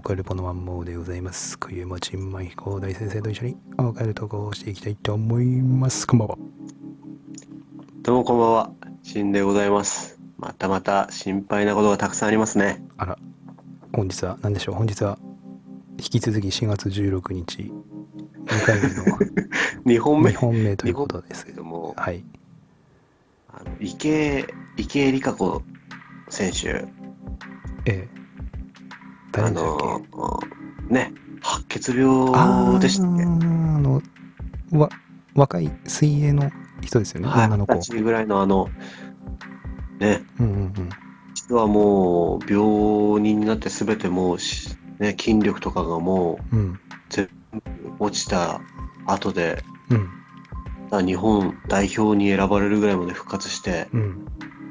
カルポのワンモーでございます。今宵もちんまい飛行大先生と一緒にボーカル投稿をしていきたいと思います。こんばんは。 どうもこんばんは。シンでございます。またまた心配なことがたくさんありますね。 あら、本日は何でしょう。本日は引き続き4月16日、2回目の 2本目、 2本目という 2本ことです。 目けども、 はい。 池江璃花子選手、 ええ、誰でしたっけ？ ね、白血あ病でしたっけ？ ー、わ、若い水泳の人ですよね、 はい、 女の子。 20歳ぐらいのね、 うんうん人はもう病人になって全てもうね、筋力とかがもううん。うん全部落ちた後で、 うん。 日本代表に選ばれるぐらいまで復活して、 うん。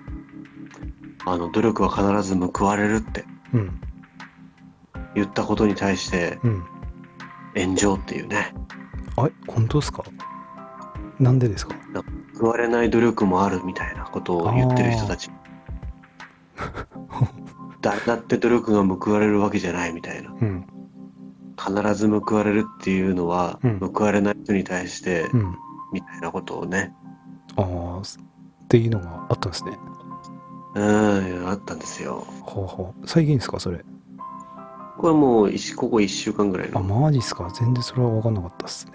努力は必ず報われるってうん。 言ったことに対してうん。 炎上っていうね。 あれ、本当ですか？なんでですか？ なんか報われない努力もあるみたいなことを言ってる人ああたち。誰だって努力が報われるわけじゃないみたいな。 ー、うん。 必ず報われるっていうのは、 うん。 報われない人に対して、 うん。 みたいなことをね、 ああ、っていうのがあったんですね。 あったんですよ。 ほうほう。最近ですか、それ？ これもうここ1週間ぐらいあ、 の。 マジっすか。全然それは分かんなかったっすね。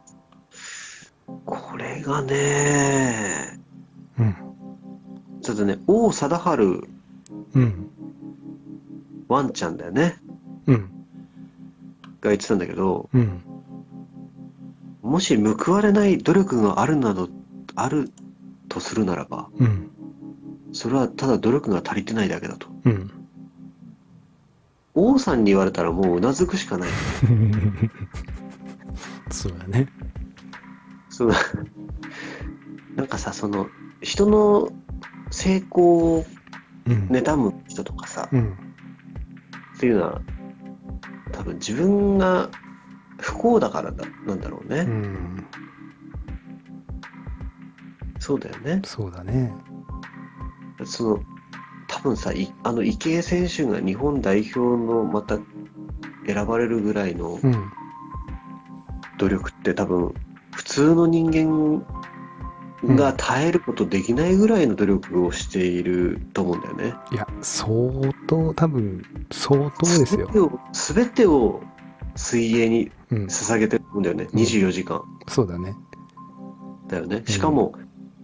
これがね、 うん。 ちょっとね、王貞治うん。 ワンちゃんだよね、 うん。 が言ってたんだけど、 うん。 もし報われない努力があるとするならば、 うん。 それはただ努力が足りてないだけだと。 うん。 王さんに言われたらもううなずくしかないよね。 そうだね。 そのなんかさ、人の成功をうん。 妬む人とかさ、 うん。 っていうのは多分自分が不幸だからなんだろううね。 ん。 そうだよね。 そうだね。 その、多分さ、池江選手が日本代表のまた選ばれるぐらいのうん。 努力って多分普通の人間うん。 が耐えることできないぐらいの努力をしていると思うんだよね。 いや、多分、相当ですよ。 すべてを水泳にうん。 捧げてるんだよね。 うん。 24時間。 そうだね。 だよね。 うん。 しかも、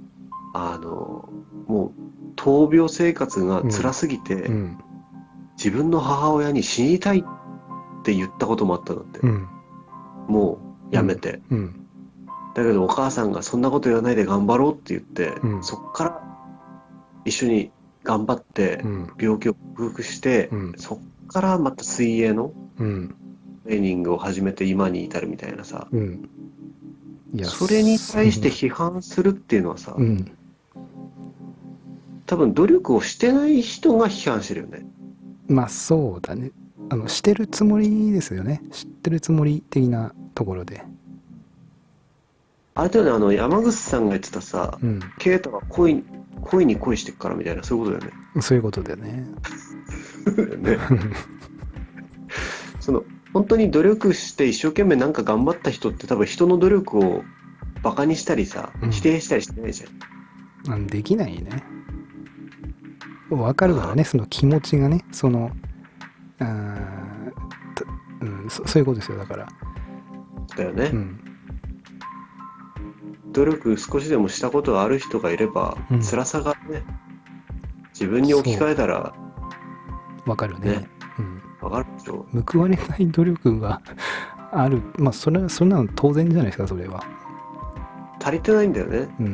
もう、闘病生活がうん。 辛すぎて、 うん。 自分の母親に死にたいって言ったこともあったんだって。 うん。 もう、 うん。 やめて。 うん。 だけどお母さんがそんなこと言わないで頑張ろうって言って、 うん。 そっから一緒に頑張ってうん。 病気を克服して、 うん。 そっからまた水泳のうん。 トレーニングを始めて今に至るみたいなさ、 うん。いや、 それに対して批判するっていうのはさ、 うん。 多分努力をしてない人が批判してるよね。 まあそうだね。してるつもりですよね。知ってるつもり的なところで。 あれだよね、山口さんが言ってたさ、 うん。 ケイタは恋に恋してっからみたいな、そういうことだよね。 そういうことだよね。 ね。その、本当に努力して一生懸命なんか頑張った人って多分人の努力をバカにしたりさ、 うん。 否定したりしてないじゃん。 できないね。わかるからあね、その気持ちがね、あーうん、そういうことですよ、だから。 あ、だよね。 うん。 努力少しでもしたことがある人がいれば、 うん。 辛さがね、自分に置きそ換えたらう、わかるね、 ね。うん。 わかるでしょ。 報われない努力がある。まあ、そんなの当然じゃないですか、それは。 足りてないんだよね。 うん。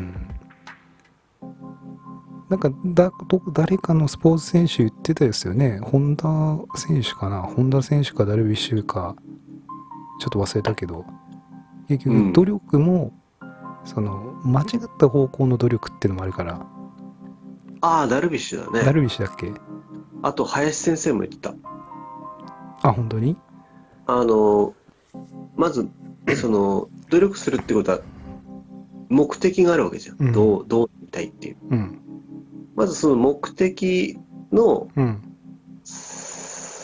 なんか誰かのスポーツ選手言ってたですよね。本田選手かな。本田選手かダルビッシュか、ちょっと忘れたけど、結局努うん。 力も、間違った方向の努力っていうのもあるから。 ああ、ダルビッシュだね。 ダルビッシュだっけ？ あと、林先生も言ってた。 あ、本当に？ あの、まず、努力するってことは目的があるわけじゃん。 うん。 どうなりたいっていう。 うん。 まずその目的のうん。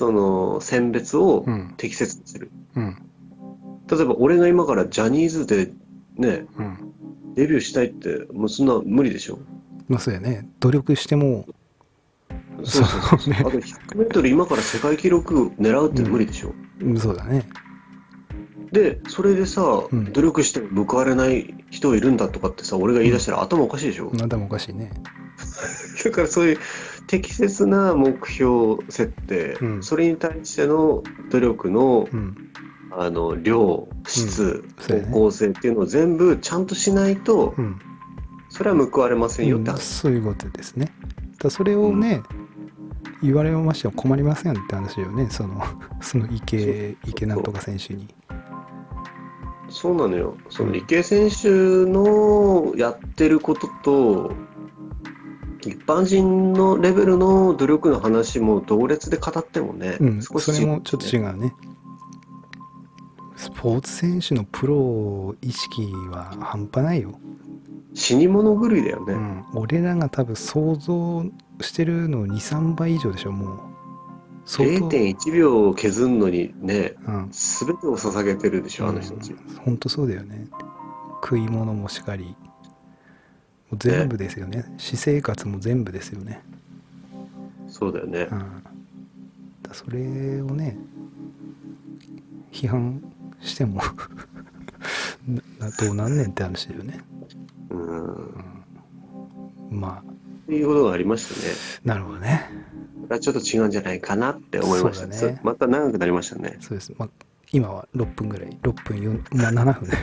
その選別をうん適切にする。 うん例えば俺が今からジャニーズでね、 うんデビューしたいって、もうそんな無理でしょ。 まあそうやね、努力してもそうそうそうそう。 ね、 あと100メートル今から世界記録狙うって無理でしょ。 そうだね。 で、それでさ、 うん努力しても報われない人いるんだとかってさ、俺が言い出したら頭おかしいでしょ。 頭おかしいね。 だからそういう適切な目標設定、 うんそれに対しての努力の、 うん量、質、 そうやね。 方向性っていうのを全部ちゃんとしないと、 うんそれは報われませんよって話。 そういうことですね。だそれをね、言われましても困りませんって話よね。その池なんとか選手に。 そうなのよ。その池江選手のやってることと、一般人のレベルの努力の話も同列で語ってもね、少しそれもちょっと違うね。スポーツ選手のプロ意識は半端ないよ。 死に物狂いだよね。 俺らが多分想像してるの2、3倍以上でしょ、もう。 0.1 秒を削るのにね、 全てを捧げてるでしょ、あの人たち。 ほんとそうだよね。食い物もしかり、もう全部ですよね。私生活も全部ですよね。 そうだよね。 だそれをね、批判してもどうなんねんって話だよね。まあ。 っていうことがありましたね。 なるほどね。 これはちょっと違うんじゃないかなって思いましたね。また長くなりましたね。 そうです。まあ、今は6分ぐらい。6分4、まあ7分。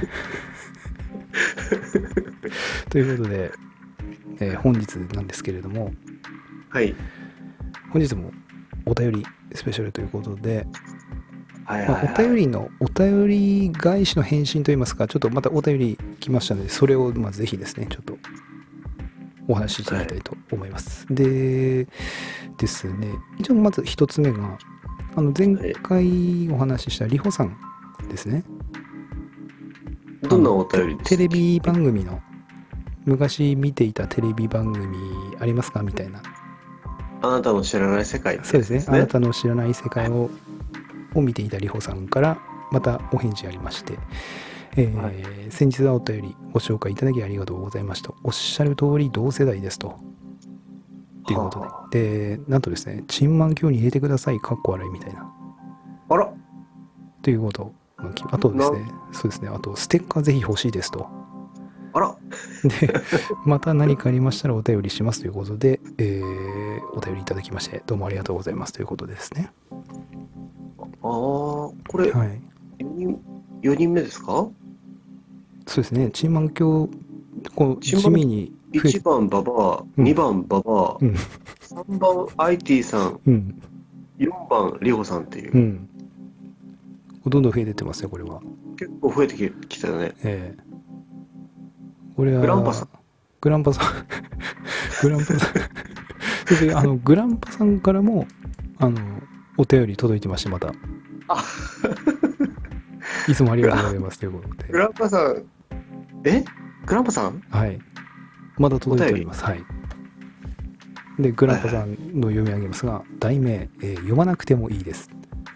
ということで、本日なんですけれども、 はい。 本日もお便りスペシャルということで、お便り返しの返信といいますか、ちょっとまたお便り来ましたので、それをぜひですね、ちょっとお話ししてみたいと思います。でですね、一応まず一つ目が、前回お話ししたりほさんですね。 どんなお便りですか？ テレビ番組の、昔見ていたテレビ番組ありますかみたいな。 あなたの知らない世界ってそうですね。あなたの知らない世界を見ていたりほさんからまたお返事ありまして、先日はお便りご紹介いただきありがとうございました。おっしゃる通り同世代ですと。ということで。で、なんとですね、チンマン教に入れてください、かっこ笑いみたいな。 あらということあとですね、そうですね、あとステッカーぜひ欲しいですと。 あらで、また何かありましたらお便りしますということで、お便りいただきまして、どうもありがとうございますということでですね。 これ、 はい、 4人目ですか？ そうですね、チンマン教、地味に 1番ババア、2番ババア、3番 IT さん、4番リホさんっていう。 どんどん増えてってますね、これは。 結構増えてきたよね。 これはグランパさんグランパさんそしてグランパさんからもお便り届いてまして、またいつもありがとうございますということで。 グランパさん、グランパさん、 はい、まだ届いております。はい。で、グランパさんの読み上げますが、題名、読まなくてもいいです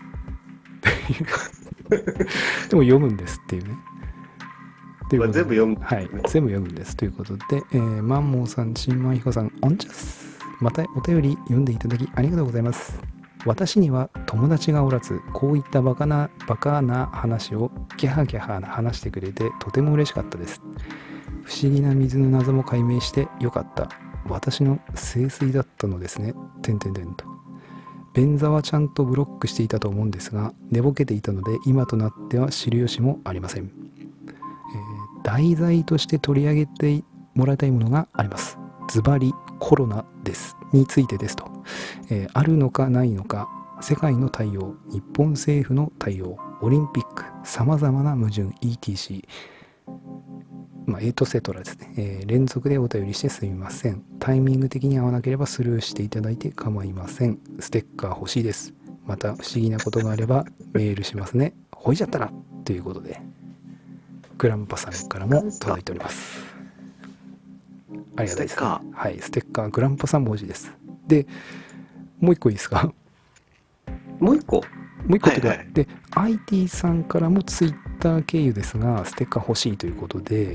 でも読むんですっていうね。全部読む、はい、全部読むんですということで、マンモーさん、チンマンヒコさん、オンチャス、またお便り読んでいただきありがとうございます。私には友達がおらず、こういったバカな話をギャハギャハ話してくれてとても嬉しかったです。不思議な水の謎も解明してよかった。私の聖水だったのですね。と。便座はちゃんとブロックしていたと思うんですが、寝ぼけていたので今となっては知る由もありません。題材として取り上げてもらいたいものがあります。ズバリコロナですについてですと、あるのかないのか、世界の対応、日本政府の対応、オリンピック、さまざまな矛盾 ETC、エイトセトラですね、連続でお便りしてすみません。タイミング的に合わなければスルーしていただいて構いません。ステッカー欲しいです。また不思議なことがあればメールしますね。ほいじゃったらということで、グランパさんからも届いております。ありがたいですね。はい、ステッカーグランパさん文字です。で、もう一個いいですか？ もう一個っていうか、で IT さんからもツイッター経由ですがステッカー欲しいということで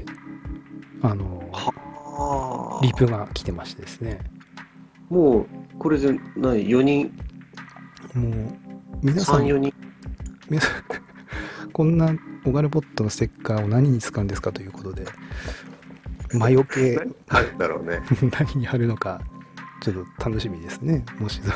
リプが来てましてですね。 もうこれで何4人もう皆さん 3、4人皆さんこんなオガルボットのステッカーを何に使うんですかということで魔除けあるんだろうね何に貼るのかちょっと楽しみですね。もし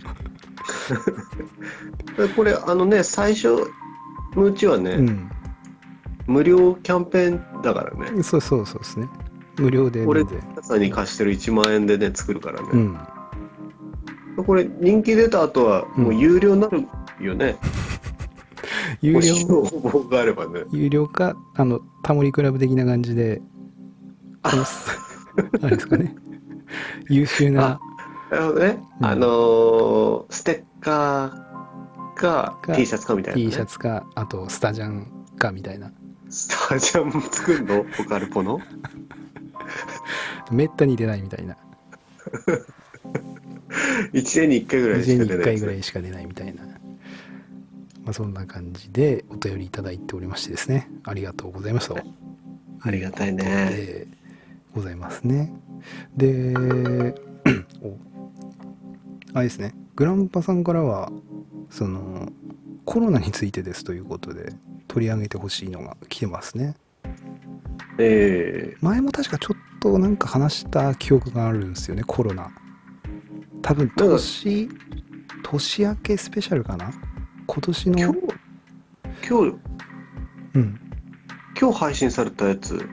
これ最初のうちはね、無料キャンペーンだからね。 そうですね。無料で俺皆さんに貸してる1万円でね作るからね、これ人気出た後はもう有料になるよね、有料応募があればね。 有料かタモリクラブ的な感じであれですかね優秀ななるほどね、ステッカーか T シャツかみたいな、ね、 T シャツかあとスタジャンかみたいな。 スタジャン作るのオカルポのめったに出ないみたいな 1年に1回ぐらいしか出ない、 1年に1回ぐらいしか出ないみたいな、そんな感じでお便りいただいておりましてですね、ありがとうございますと。 ありがたいねございますね。であれですね、グランパさんからはそのコロナについてですということで取り上げてほしいのが来てますね。前も確かちょっとなんか話した記憶があるんですよね、コロナ。多分年明けスペシャルかな、今年の今日配信されたやつ、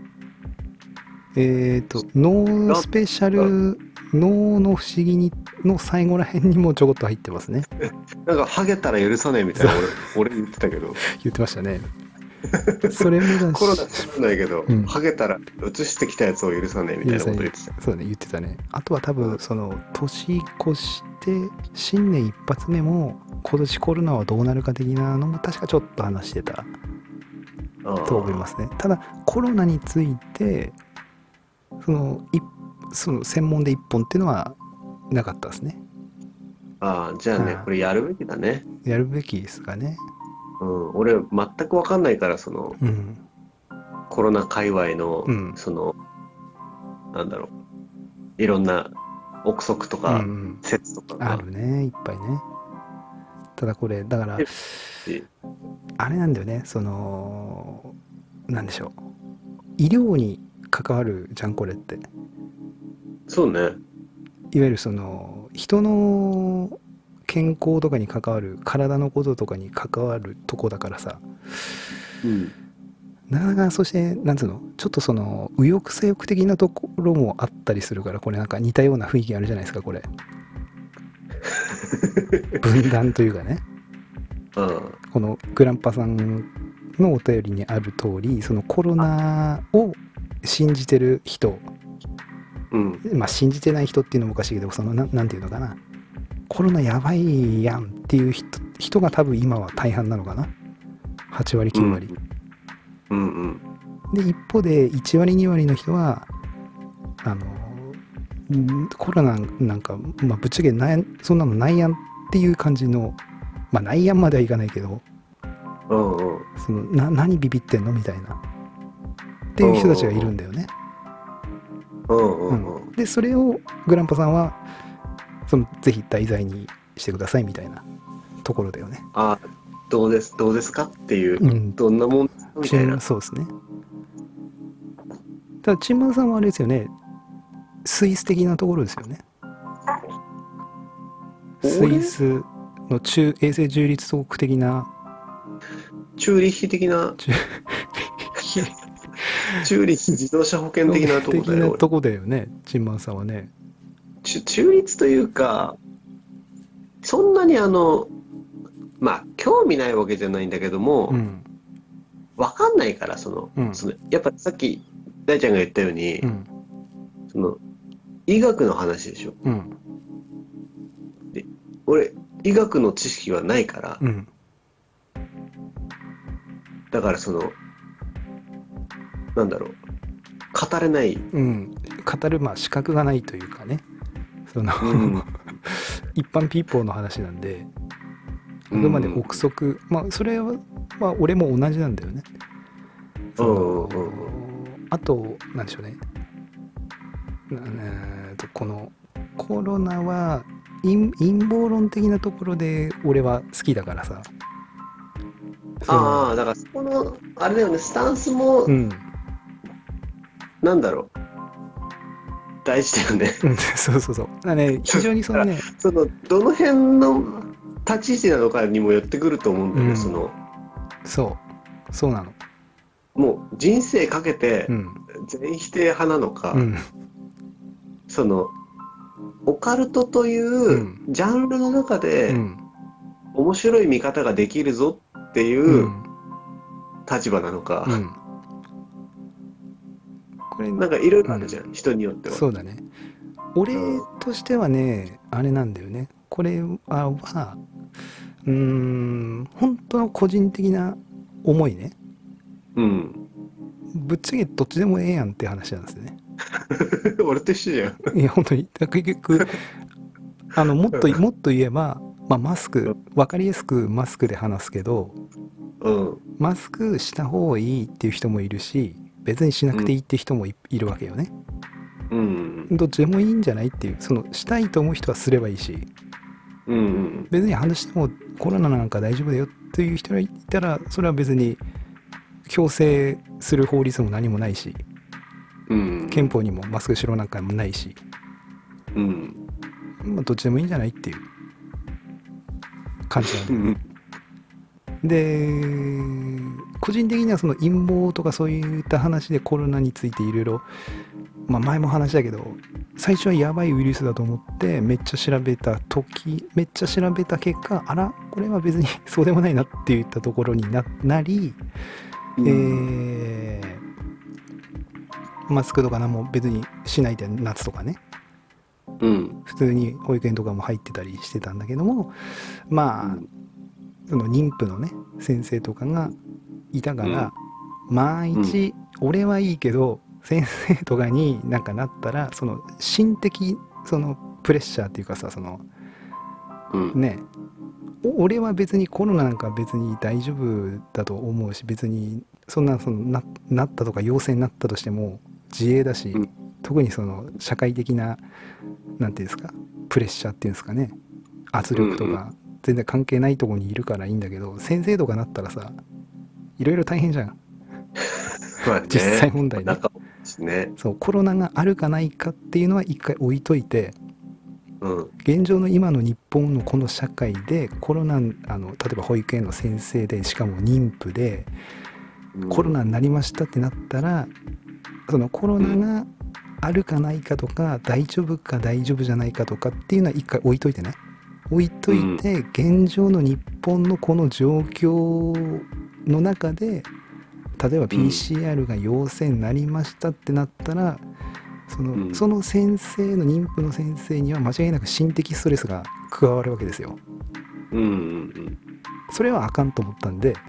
脳スペシャル脳の不思議にの最後らへんにもちょこっと入ってますね。 なんかハゲたら許さないみたいな俺言ってたけど言ってましたね。それもだしコロナ知らないけど、ハゲたら移してきたやつを許さないみたいなこと言ってた。 そうね、言ってたね。あとは多分その年越して新年一発目も今年コロナはどうなるか的なのも確かちょっと話してたと思いますね。ただコロナについてその専門で一本っていうのはなかったですね。 じゃあね、これやるべきだね。 やるべきですかね。 俺全く分かんないからその、コロナ界隈の、そのなんだろう、いろんな憶測とか、説とかがあるね、いっぱいね。ただこれだからあれなんだよね、そのなんでしょう、医療に関わるじゃんこれって。 そうね。 いわゆるその人の健康とかに関わる、体のこととかに関わるとこだからさ、なかなか、そしてなんつうの、ちょっとその右翼左翼的なところもあったりするから、これなんか似たような雰囲気あるじゃないですか、これ分断というかね、このグランパさんのお便りにある通り、そのコロナを信じてる人、信じてない人っていうのもおかしいけど、そのなんていうのかな、コロナやばいやんっていう人が多分今は大半なのかな、8割9割、で一方で1割2割の人はコロナなんか、ぶっちゃけそんなのないやんっていう感じの、ないやんまではいかないけど、その何ビビってんのみたいなっていう人たちがいるんだよね。でそれをグランパさんはそのぜひ題材にしてくださいみたいなところだよね。 どうですかっていう、どんなもんですかみたいな。 そうですね。ただチンマンさんはあれですよね、スイス的なところですよね。スイスの永世中立国的な、 チューリッヒ的なチューリッヒ自動車保険的なとこだよ。 とこだよね、チンマンさんはね。 中立というか、そんなに興味ないわけじゃないんだけども、分かんないから、そのやっぱさっき大ちゃんが言ったように、その医学の話でしょ。で俺医学の知識はないから、だからそのなんだろう、語れない、 語る資格がないというかね、その、一般ピーポーの話なんで、 あくまで憶測、まあそれは俺も同じなんだよね。あとなんでしょうね、このコロナは陰謀論的なところで俺は好きだからさ。 ああ、だからそこのあれだよね、スタンスも、なんだろう、大事だよね。 そうそうそう。非常にそのね、 そのどの辺の立ち位置なのかにもよってくると思うんだよね。 そうなの。 もう人生かけて全否定派なのか、そのオカルトというジャンルの中で面白い見方ができるぞっていう立場なのか、これなんかいろいろあるじゃん、人によっては。 そうだね。俺としてはね、あれなんだよね。これは本当の個人的な思いね。ぶっちゃけどっちでもええやんって話なんですよね。 俺と一緒じゃん。 いや本当に結局もっと言えば、マスク分かりやすくマスクで話すけど、マスクした方がいいっていう人もいるし、別にしなくていいって人も いるわけよね。どっちでもいいんじゃないっていう、そのしたいと思う人はすればいいし、別に話してもコロナなんか大丈夫だよっていう人がいたら、それは別に強制する法律も何もないし、憲法にもマスクしろなんかもないし、どっちでもいいんじゃないっていう感じなんだよね。で、個人的にはその陰謀とかそういった話でコロナについていろいろ、前も話したけど、最初はやばいウイルスだと思ってめっちゃ調べた結果、あらこれは別にそうでもないなって言ったところに なり、マスクとか何も別にしないで夏とかね、普通に保育園とかも入ってたりしてたんだけども、その妊婦のね先生とかがいたから、俺はいいけど先生とかになんかなったら、その心的そのプレッシャーっていうかさ、そのね、俺は別にコロナなんか別に大丈夫だと思うし、別にそんななったとか陽性になったとしても自衛だし、特にその社会的ななんていうんですか、プレッシャーっていうんですかね、圧力とか全然関係ないところにいるからいいんだけど、先生とかなったらさ、いろいろ大変じゃん。実際問題ね。そうコロナがあるかないかっていうのは一回置いといて、現状の今の日本のこの社会でコロナ例えば保育園の先生で、しかも妊婦でコロナになりましたってなったら、そのコロナがあるかないかとか、大丈夫か大丈夫じゃないかとかっていうのは一回置いといてね、現状の日本のこの状況の中で、例えば PCR が陽性になりましたってなったら、その先生の妊婦の先生には間違いなく心的ストレスが加わるわけですよ。それはあかんと思ったんで、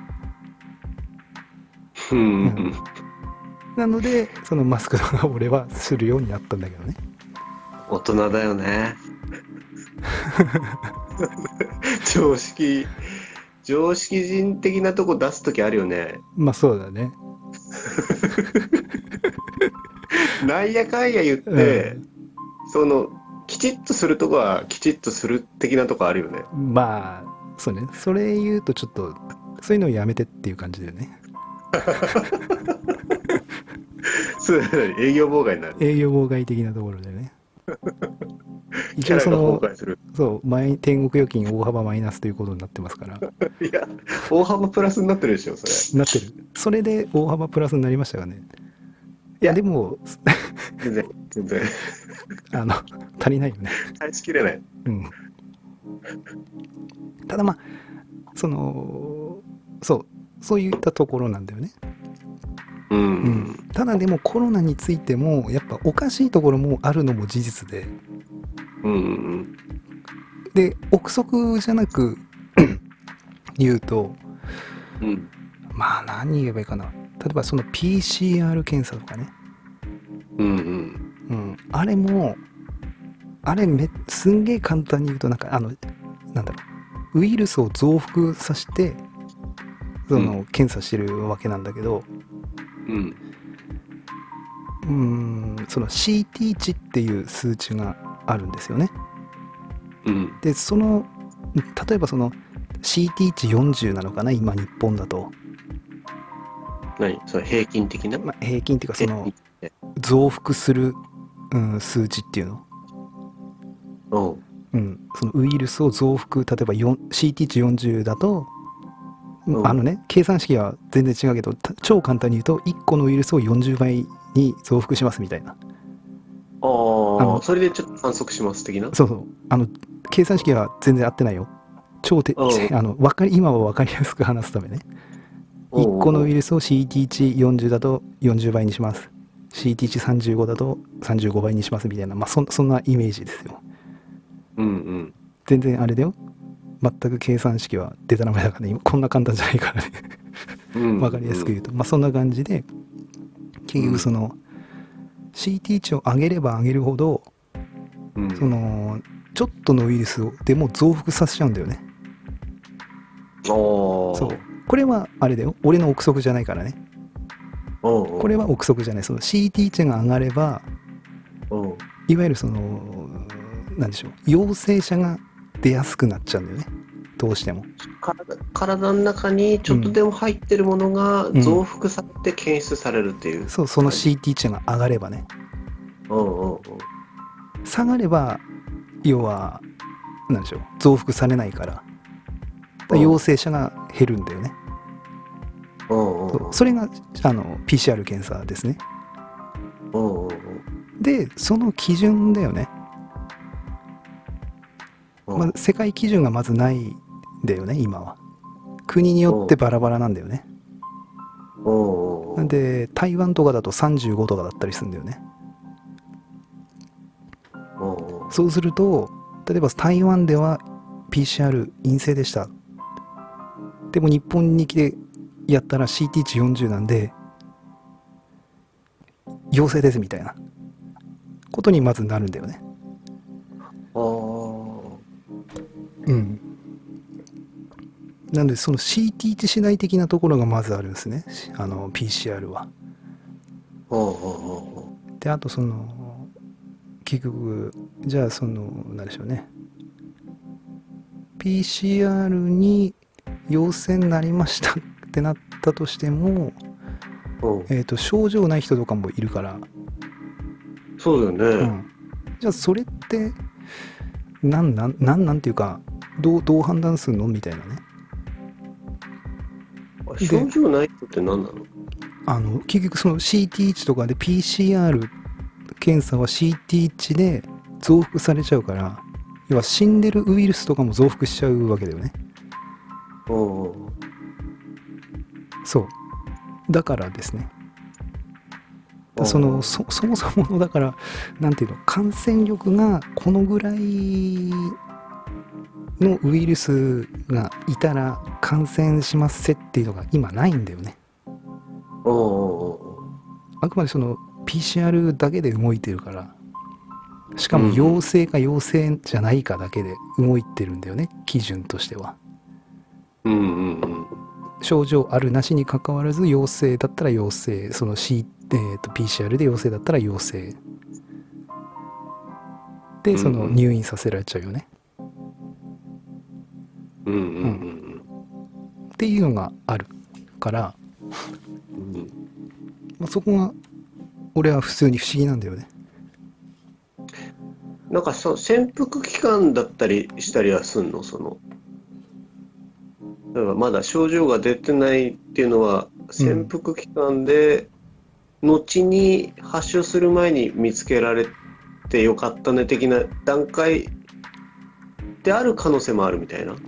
なのでそのマスクとか俺はするようになったんだけどね。 大人だよね。常識人的なとこ出すときあるよね。 そうだね。 なんやかんや言って、そのきちっとするとこはきちっとする的なとこあるよね。 そうね。それ言うとちょっとそういうのをやめてっていう感じだよね。 そう営業妨害になる。 営業妨害的なところでね。 一応その天国預金大幅マイナスということになってますから。 いや、大幅プラスになってるでしょ、それ。 なってる。それで大幅プラスになりましたかね。いやでも全然足りないよね。 耐えしきれない。 ただそういったところなんだよね。ただでもコロナについてもやっぱおかしいところもあるのも事実で、で憶測じゃなく言うと、何言えばいいかな。例えばその PCR 検査とかね、あれもすんげえ簡単に言うと、なんだろう、 ウイルスを増幅させてその検査してるわけなんだけど、その CT 値っていう数値があるんですよね。でその例えばその CT 値40なのかな今日本だと。 何それ平均的な、 平均っていうかその増幅する、数値っていうの、そのウイルスを増幅、例えば CT 値40だと、計算式は全然違うけど超簡単に言うと1個のウイルスを40倍に増幅しますみたいな。 それでちょっと反則します的な。 そう計算式は全然合ってないよ。今は分かりやすく話すためね。1個のウイルスを CT 値40だと40倍にします。CT 値35だと35倍にしますみたいな、そんなイメージですよ。全然あれだよ。全く計算式はデタラメだからね。こんな簡単じゃないからね。分かりやすく言うと。そんな感じで、結局その CT 値を上げれば上げるほど、そのちょっとのウイルスをでも増幅させちゃうんだよね。そうこれはあれだよ、俺の憶測じゃないからね。これは憶測じゃない。その CT 値が上がれば、いわゆるそのなんでしょう、陽性者が出やすくなっちゃうんだよね、どうしても。 体の中にちょっとでも入ってるものが増幅されて検出されるっていう、 その CT 値が上がればね。下がれば要はなんでしょう、増幅されないから陽性者が減るんだよね。それがPCR 検査ですね。でその基準だよね。世界基準がまずないんだよね今は。国によってバラバラなんだよね。なんで台湾とかだと35とかだったりするんだよね。そうすると例えば台湾では PCR 陰性でした。でも日本に来てやったら CT 値40なんで陽性ですみたいなことにまずなるんだよね。なのでその CT 値次第的なところがまずあるんですね、PCR は。であとその結局じゃあその何でしょうね、 PCR に陽性になりましたってなったとしても、症状ない人とかもいるから。 そうだよね。 じゃあそれってなんていうかどう判断するのみたいなね。 症状ない人って何なの？ 結局その CT 値とかで PCR 検査は CT 値で増幅されちゃうから、要は死んでるウイルスとかも増幅しちゃうわけだよね。そうだからですね、そもそものだからなんていうの、感染力がこのぐらいのウイルスがいたら感染しますせっていうのが今ないんだよね。あくまでその PCR だけで動いてるから、しかも陽性か陽性じゃないかだけで動いてるんだよね、基準としては。症状あるなしにかかわらず陽性だったら陽性、その、PCR で陽性だったら陽性でその入院させられちゃうよね。っていうのがあるから、そこが俺は普通に不思議なんだよね。 なんか潜伏期間だったりしたりはすんの？そのだからまだ症状が出てないっていうのは潜伏期間で、後に発症する前に見つけられてよかったね的な段階である可能性もあるみたいな。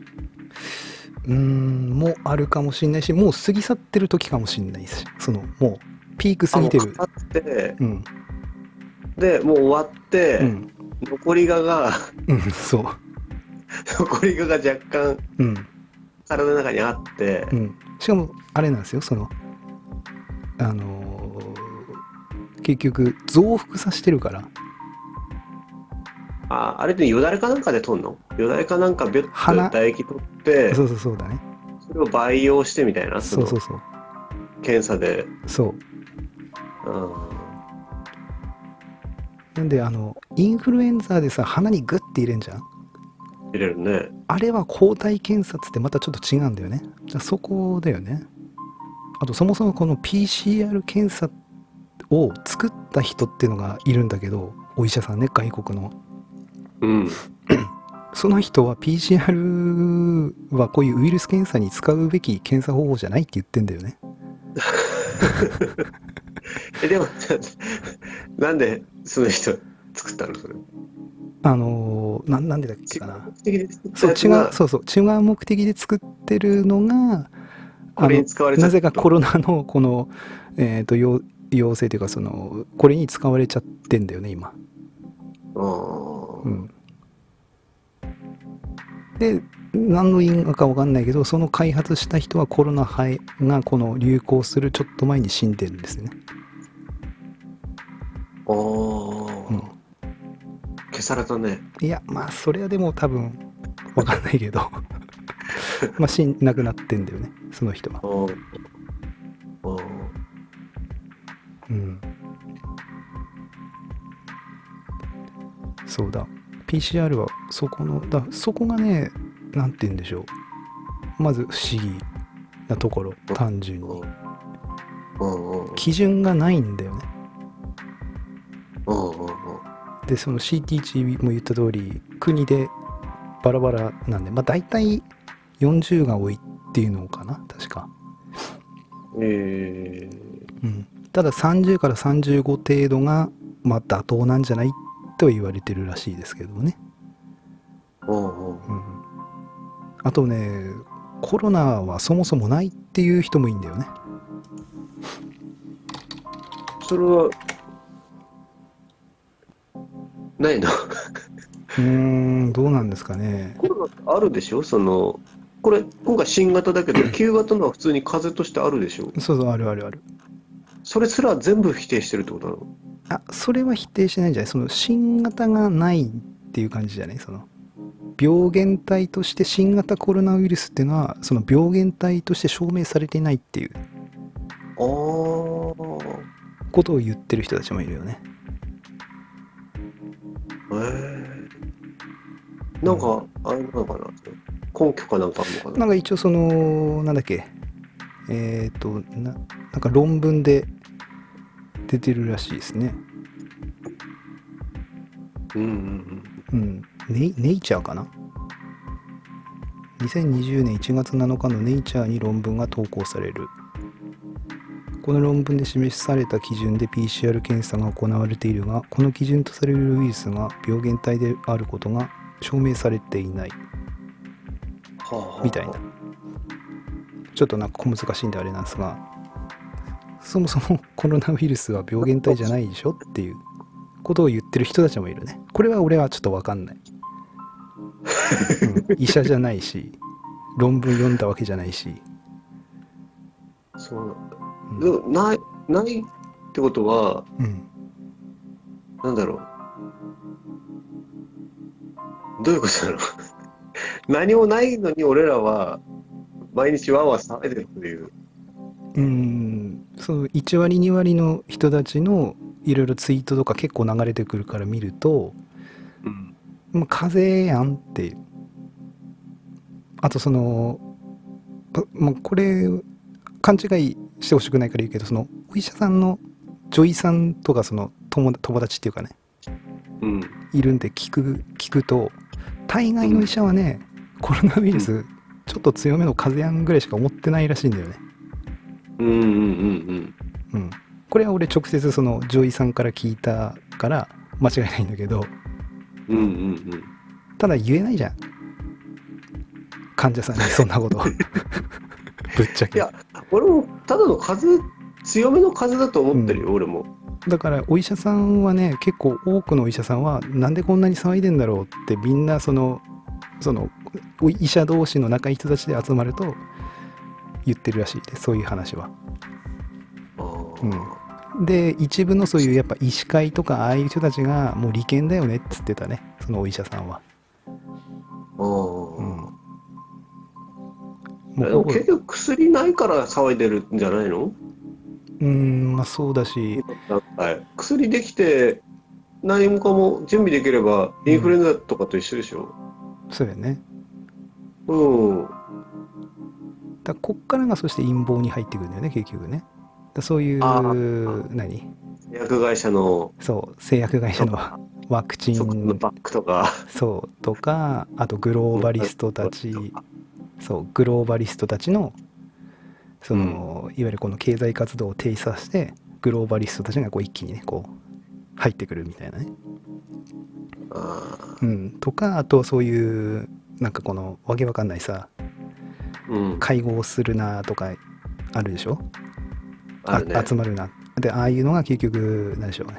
もうあるかもしれないし、もう過ぎ去ってる時かもしれないし、そのもうピーク過ぎてる。 かかって、でもう終わって、残りがそう残りが若干、体の中にあって、 しかもあれなんですよ、その結局増幅させてるから、 あれでよだれかなんかで取んの？よだれかなんかビュッと唾液取って、 そうだね。 それを培養してみたいな、 そう。 検査で。 そう。なんでインフルエンザでさ、鼻にグッて入れんじゃん。 入れるね。 あれは抗体検査ってまたちょっと違うんだよね。じゃあそこだよね。あとそもそもこの PCR 検査を作った人っていうのがいるんだけど、お医者さんね、外国の。その人は PCR はこういうウイルス検査に使うべき検査方法じゃないって言ってんだよね。 でもなんでその人作ったのそれ？ なんでだっけかな。 違う目的で作ったやつが、 違う目的で作ってるのが、 これに使われちゃった。 なぜかコロナのこの陽性というか、これに使われちゃってんだよね今。で何の因果か分かんないけど、その開発した人はコロナがこの流行するちょっと前に死んでるんですね。 消されたね。 いや、まあそれはでも多分分かんないけどまあ亡くなってんだよね、その人は。そうだ、 PCR はそこがね、なんて言うんでしょう、まず不思議なところ、単純に基準がないんだよね。でその CTG も言った通り国でバラバラなんで、まあ大体40が多いっていうのかな、確か。ただ30から35程度がまあ妥当なんじゃないと言われてるらしいですけどね。あとね、コロナはそもそもないっていう人もいいんだよね。 それはないの？ どうなんですかね。 コロナあるでしょ？これ今回新型だけど旧型のは普通に風邪としてあるでしょ？ そうある。 それすら全部否定してるってことなの？ それは否定しないんじゃない？その新型がないっていう感じじゃない？その病原体として新型コロナウイルスっていうのはその病原体として証明されていないっていうことを言ってる人たちもいるよね。 なんかあれなのかな、根拠かなんかあるのかな。 なんか一応なんだっけ、なんか論文で出てるらしいですね。ネイチャーかな。2020年1月7日のネイチャーに論文が投稿される。この論文で示された基準で PCR 検査が行われているが、この基準とされるウイルスが病原体であることが証明されていないみたいな。ちょっとなんか小難しいんであれなんですが、そもそもコロナウイルスは病原体じゃないでしょっていうことを言ってる人たちもいるね。これは俺はちょっと分かんない、医者じゃないし論文読んだわけじゃないし。 そうなんだ、ないってことは、なんだろう、どういうことだろう何もないのに俺らは毎日わーわー騒いでるという。 その1割2割の人たちのいろいろツイートとか結構流れてくるから見ると、もう風邪やんっていう。あとこれ勘違いしてほしくないから言うけど、お医者さんの女医さんとか友達っていうかね、いるんで聞くと、大概の医者はね、コロナウイルスちょっと強めの風邪やんぐらいしか思ってないらしいんだよね。これは俺直接女医さんから聞いたから間違いないんだけど、ただ言えないじゃん、患者さんにそんなことぶっちゃけ。 いや、俺もただの強めの風邪だと思ってるよ、俺も。 だからお医者さんはね、結構多くのお医者さんはなんでこんなに騒いでんだろうってみんな医者同士の仲いい人たちで集まると言ってるらしいで、そういう話は。 で一部のそういうやっぱ医師会とかああいう人たちがもう利権だよねっつってたね、そのお医者さんは。 でも結局薬ないから騒いでるんじゃないの？ まあそうだし、 薬できて何もかも準備できればインフルエンザとかと一緒でしょ。 そうやね。 うんだこっからがそして陰謀に入ってくるんだよね結局ね。だそういう何製薬会社のそう製薬会社のワクチンのバッグとかそうとか、あとグローバリストたち、そうグローバリストたちのその、いわゆるこの経済活動を停止させてグローバリストたちがこう一気にねこう入ってくるみたいなね。とか、あとそういうなんかこのわけわかんないさ、会合するなとかあるでしょ。あるね、集まるなで、ああいうのが結局何でしょう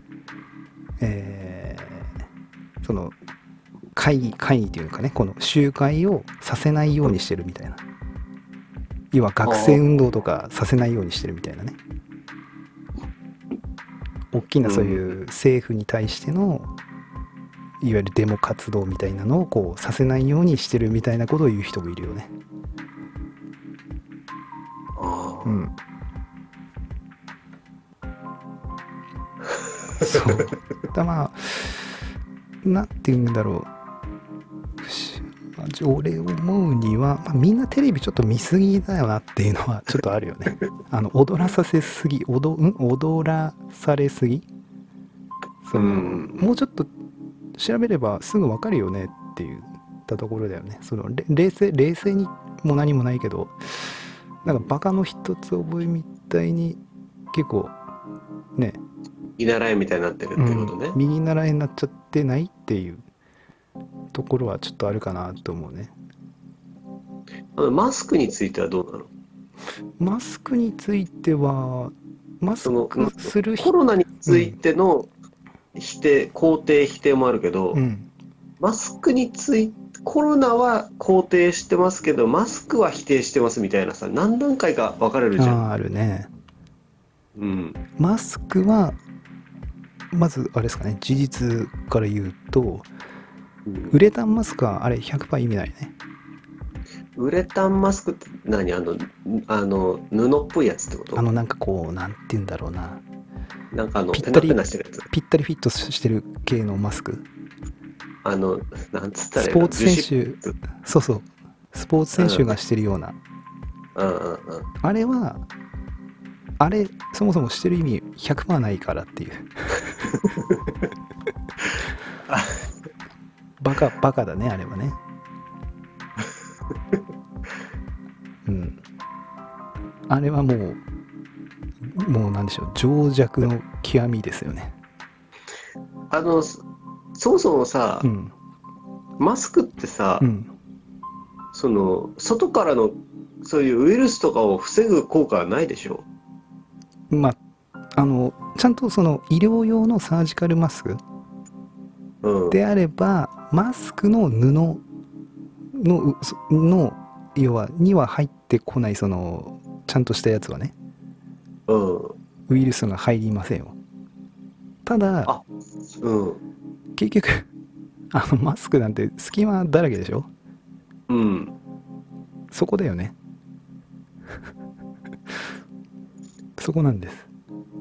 ね、その会議っていうかね、この集会をさせないようにしてるみたいな、要は学生運動とかさせないようにしてるみたいなね、大きなそういう政府に対してのいわゆるデモ活動みたいなのをこうさせないようにしてるみたいなことを言う人もいるよね。そうだ、まあなんていうんだろう、俺思うには、みんなテレビちょっと見すぎだよなっていうのはちょっとあるよね。踊らさせすぎ、踊らされすぎ、もうちょっと調べればすぐ分かるよねって言ったところだよね。その冷静にも何もないけど、なんかバカの一つ覚えみたいに結構ね、 見習いみたいになってるってことね。 見習いになっちゃってないっていうところはちょっとあるかなと思うね。 マスクについてはどうなの？ マスクについては、マスクするコロナについての否定、肯定否定もあるけど、マスクについてコロナは肯定してますけどマスクは否定してますみたいなさ、何段階か分かれるじゃん。 あるね。マスクはまずあれですかね、事実から言うと、ウレタンマスクはあれ 100% 意味ないね。 ウレタンマスクって何？布っぽいやつってこと？ なんかこう、なんて言うんだろうな。 なんかペナペナしてるやつ。 ぴったりフィットしてる系のマスク。 なんつったらいいの？ スポーツ選手、そうそう。スポーツ選手がしてるような。あれは、そもそもしてる意味 100% ないからっていう。バカだね、あれはね。あれはもうなんでしょう、情弱の極みですよね。 そもそもさ、マスクってさ、その外からのそういうウイルスとかを防ぐ効果はないでしょ？ ちゃんとその医療用のサージカルマスクであれば、マスクの布の要はには入ってこない、そのちゃんとしたやつはね、ウイルスが入りませんよ。ただ、結局マスクなんて隙間だらけでしょ。そこだよね。そこなんです。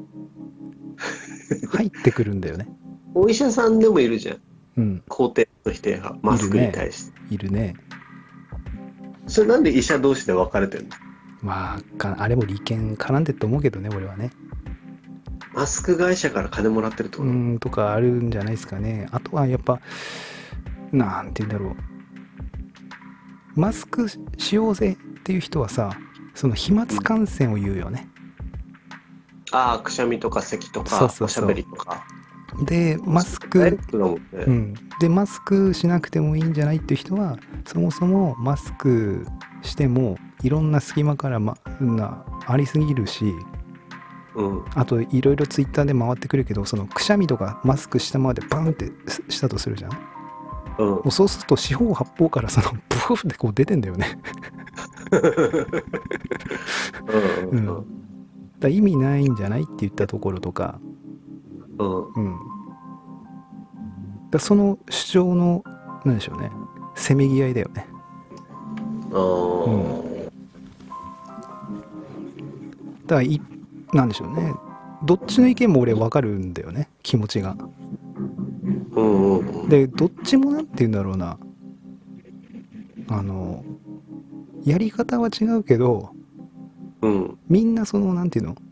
入ってくるんだよね。 お医者さんでもいるじゃん。肯定と否定派、マスクに対して。 いるね。 それなんで医者同士で分かれてるの？ あれも利権絡んでると思うけどね、俺はね。 マスク会社から金もらってるってこと？ とかあるんじゃないですかね。あとはやっぱなんて言うんだろう、マスクしようぜっていう人はさ、その飛沫感染を言うよね。 くしゃみとか咳とかおしゃべりとかでマスク、でマスクしなくてもいいんじゃないっていう人は、そもそもマスクしてもいろんな隙間からありすぎるし、あといろいろツイッターで回ってくるけど、そのくしゃみとかマスクしたままでバンってしたとするじゃん。もうそうすると四方八方からそのブフってこう出てんだよね。 だ意味ないんじゃないって言ったところとか、 うん。 だその主張のなんでしょうね、せめぎ合いだよね。だからなんでしょうね、どっちの意見も俺分かるんだよね、気持ちが。でどっちもなんて言うんだろうな、やり方は違うけど、みんなそのなんていうの、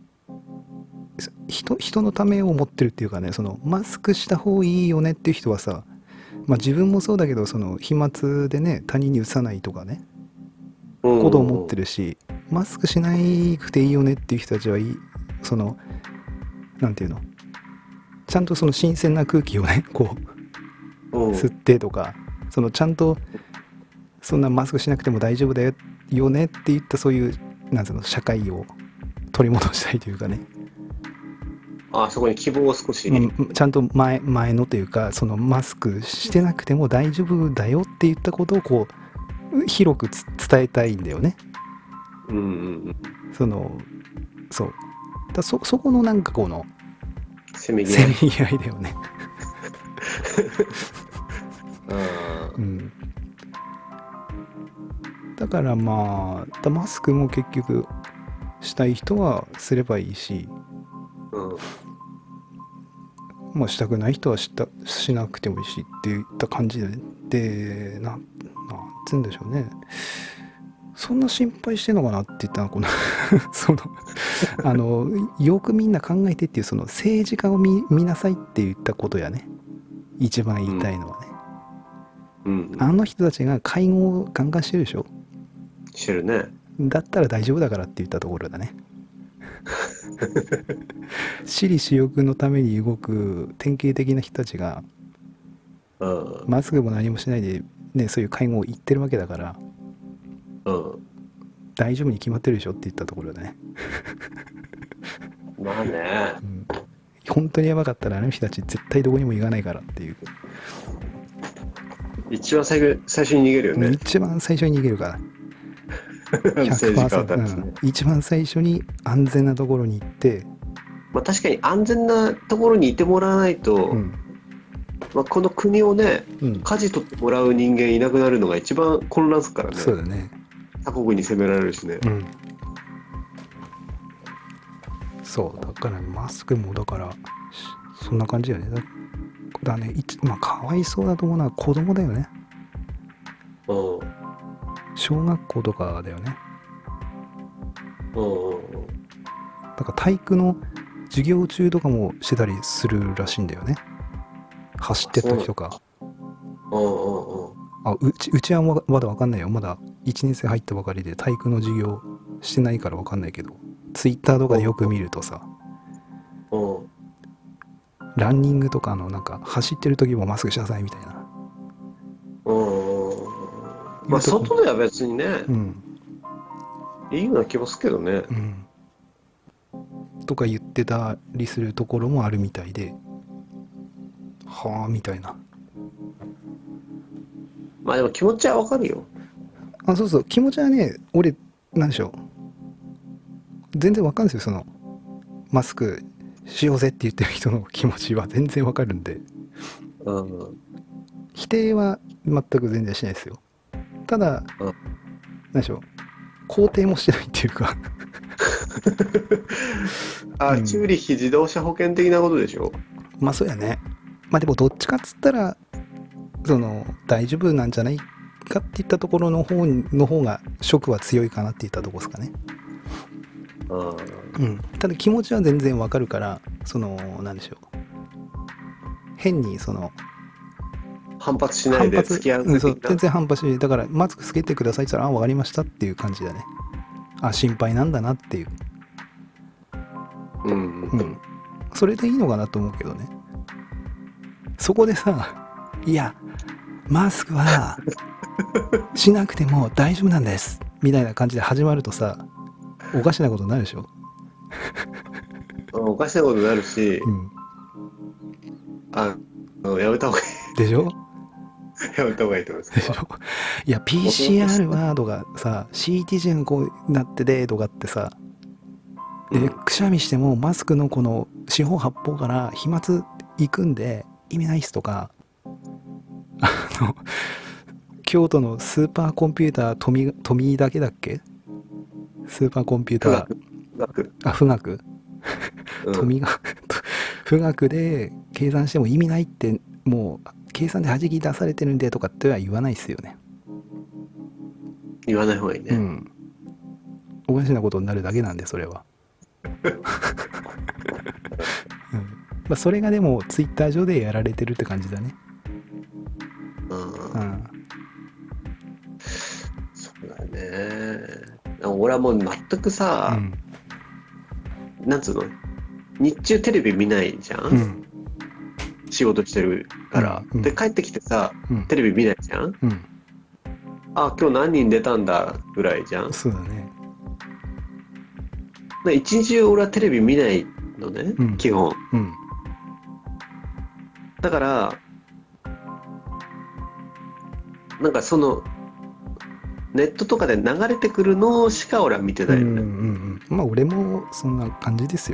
人のためを思ってるっていうかね、そのマスクした方がいいよねっていう人はさ、まあ自分もそうだけど、その飛沫でね他人にうつさないとかね、ことを思ってるし、マスクしなくていいよねっていう人たちそのなんていうの、ちゃんとその新鮮な空気をねこう吸ってとか、そのちゃんとそんなマスクしなくても大丈夫だよねっていった、そういうなんつうの、社会を取り戻したいというかね、 そこに希望を少し、 ちゃんと前のというか、そのマスクしてなくても大丈夫だよって言ったことをこう広く伝えたいんだよね。そうだ、そこのなんかこのせめぎ合いだよね。だからまあマスクも結局したい人はすればいいし、まあしたくない人はしなくてもいいしっていった感じで、なんつうんでしょうね、そんな心配してんのかなって言ったのこのそのよくみんな考えてっていう、その政治家を見なさいって言ったことやね、一番言いたいのはね、あの人たちが会合をガンガンしてるでしょ。 してるね。 だったら大丈夫だからって言ったところだね。私利私欲のために動く典型的な人たちが、マスクも何もしないで、ね、そういう会合を行ってるわけだから、大丈夫に決まってるでしょって言ったところだね。 まあね、 本当にやばかったらあの人たち絶対どこにも行かないからっていう。 一番最初に逃げるよね。 一番最初に逃げるから。 100%、 一番最初に安全なところに行って、 まあ確かに安全なところにいてもらわないと、まあ、この国をね、舵取ってもらう人間いなくなるのが一番混乱するからね。 そうだね。 他国に攻められるしね。 そうだからマスクもだからそんな感じだよね。だね、まあかわいそうだと思うのは子供だよね。小学校とかだよね。だから体育の授業中とかもしてたりするらしいんだよね。走ってった時とか。うちはまだ分かんないよ。まだ1年生入ったばかりで体育の授業してないから分かんないけど、ツイッターとかでよく見るとさ、ランニングとかのなんか走ってる時もマスクしなさいみたいな。 まあ外では別にね、いいような気もするけどね。 とか言ってたりするところもあるみたいで、はあみたいな。 まあでも気持ちはわかるよ。 そうそう、気持ちはね、俺なんでしょう、全然わかるんですよ。そのマスクしようぜって言ってる人の気持ちは全然わかるんで、否定は全く全然しないですよ。ただ、なんでしょう、肯定もしてないっていうかチューリッヒ自動車保険的なことでしょ。 まあそうやね。まあでもどっちかっつったらその大丈夫なんじゃないかっていったところの方が色は強いかなっていったところですかね。ただ気持ちは全然わかるから、そのなんでしょう、変にその反発しないで付き合う、 全然反発しない。だからマスクつけてくださいって言ったら、分かりましたっていう感じだね。心配なんだなっていう。それでいいのかなと思うけどね。そこでさ、いやマスクはしなくても大丈夫なんですみたいな感じで始まるとさ、おかしなことになるでしょ。 おかしなことになるし、やめた方がいいでしょ。 やめた方がいいと思います。 でしょ。いや PCR はとかさ、CT 値がこうなっててとかってさ、 でくしゃみしてもマスクのこの四方八方から飛沫行くんで意味ないっすとか、京都のスーパーコンピューター富だけだっけ、スーパーコンピューター富岳富が富岳で計算しても意味ないって、もう計算で弾き出されてるんでとかっては言わないっすよね。 言わない方がいいね。 おかしなことになるだけなんでそれは。それがでもツイッター上でやられてるって感じだね。 そうだね。俺はもう全くさ、なんつうの、日中テレビ見ないじゃん、仕事してるから、で帰ってきてさ、テレビ見ないじゃん、あ、今日何人出たんだぐらいじゃん。 そうだね。 一日中俺はテレビ見ないのね、基本。だからなんかそのネットとかで流れてくるのしか俺は見てないよね。 まあ俺もそんな感じですよ。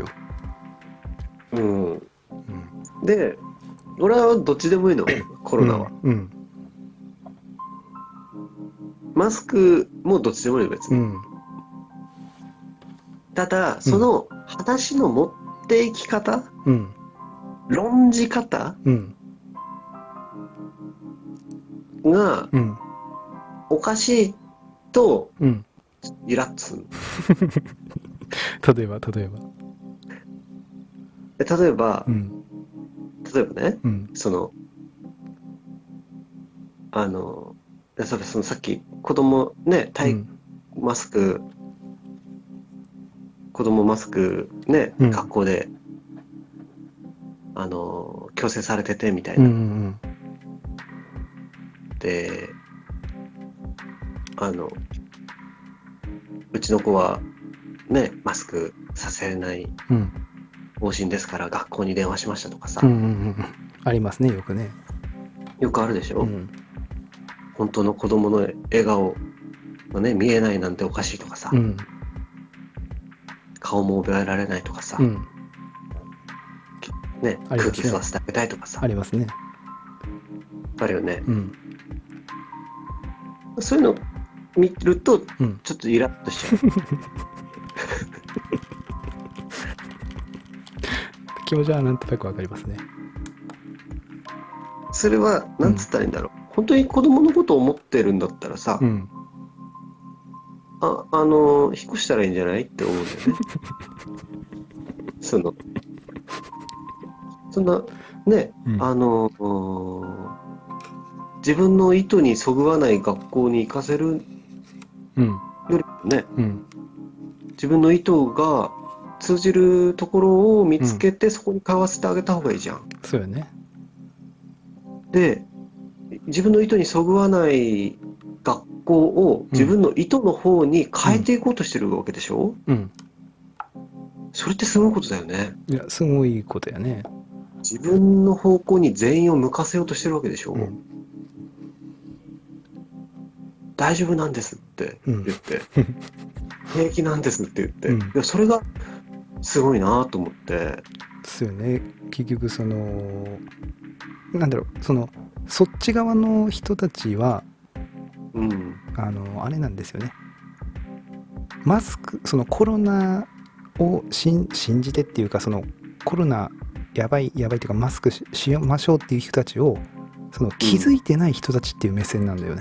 で、俺はどっちでもいいの、コロナは。マスクもどっちでもいいの別に。ただその話の持っていき方、論じ方、がおかしいとイラッとする。 例えばね、そのそのさっき子供ね、マスク、子供マスクね、学校で強制されててみたいな。で、うちの子はね、マスクさせない方針ですから学校に電話しましたとかさ、 ありますね、よくね。 よくあるでしょ、本当の子供の笑顔がね見えないなんておかしいとかさ、顔も覚えられないとかさ、ね、空気吸わせてあげたいとかさ、 ありますね。 あるよね。そういうの見るとちょっとイラッとしちゃう。 気持ちはなんとなくわかりますね。 それはなんつったらいいんだろう、本当に子供のことを思ってるんだったらさ、引っ越したらいいんじゃないって思うんだよね。そんなね、自分の意図にそぐわない学校に行かせるよりもね、自分の意図が通じるところを見つけて、そこに通わせてあげた方がいいじゃん。 そうよね。 で、自分の意図にそぐわない学校を自分の意図の方に変えていこうとしてるわけでしょ。それってすごいことだよね。 いや、すごいことやね。 自分の方向に全員を向かせようとしてるわけでしょ。大丈夫なんですって言って、平気なんですって言って、いやそれがすごいなと思って。 ですよね。結局そのなんだろう、そっち側の人たちは、あれなんですよね。マスク、そのコロナを信じてっていうか、そのコロナやばいっていうかマスク しましょうっていう人たちを、その気づいてない人たちっていう目線なんだよね。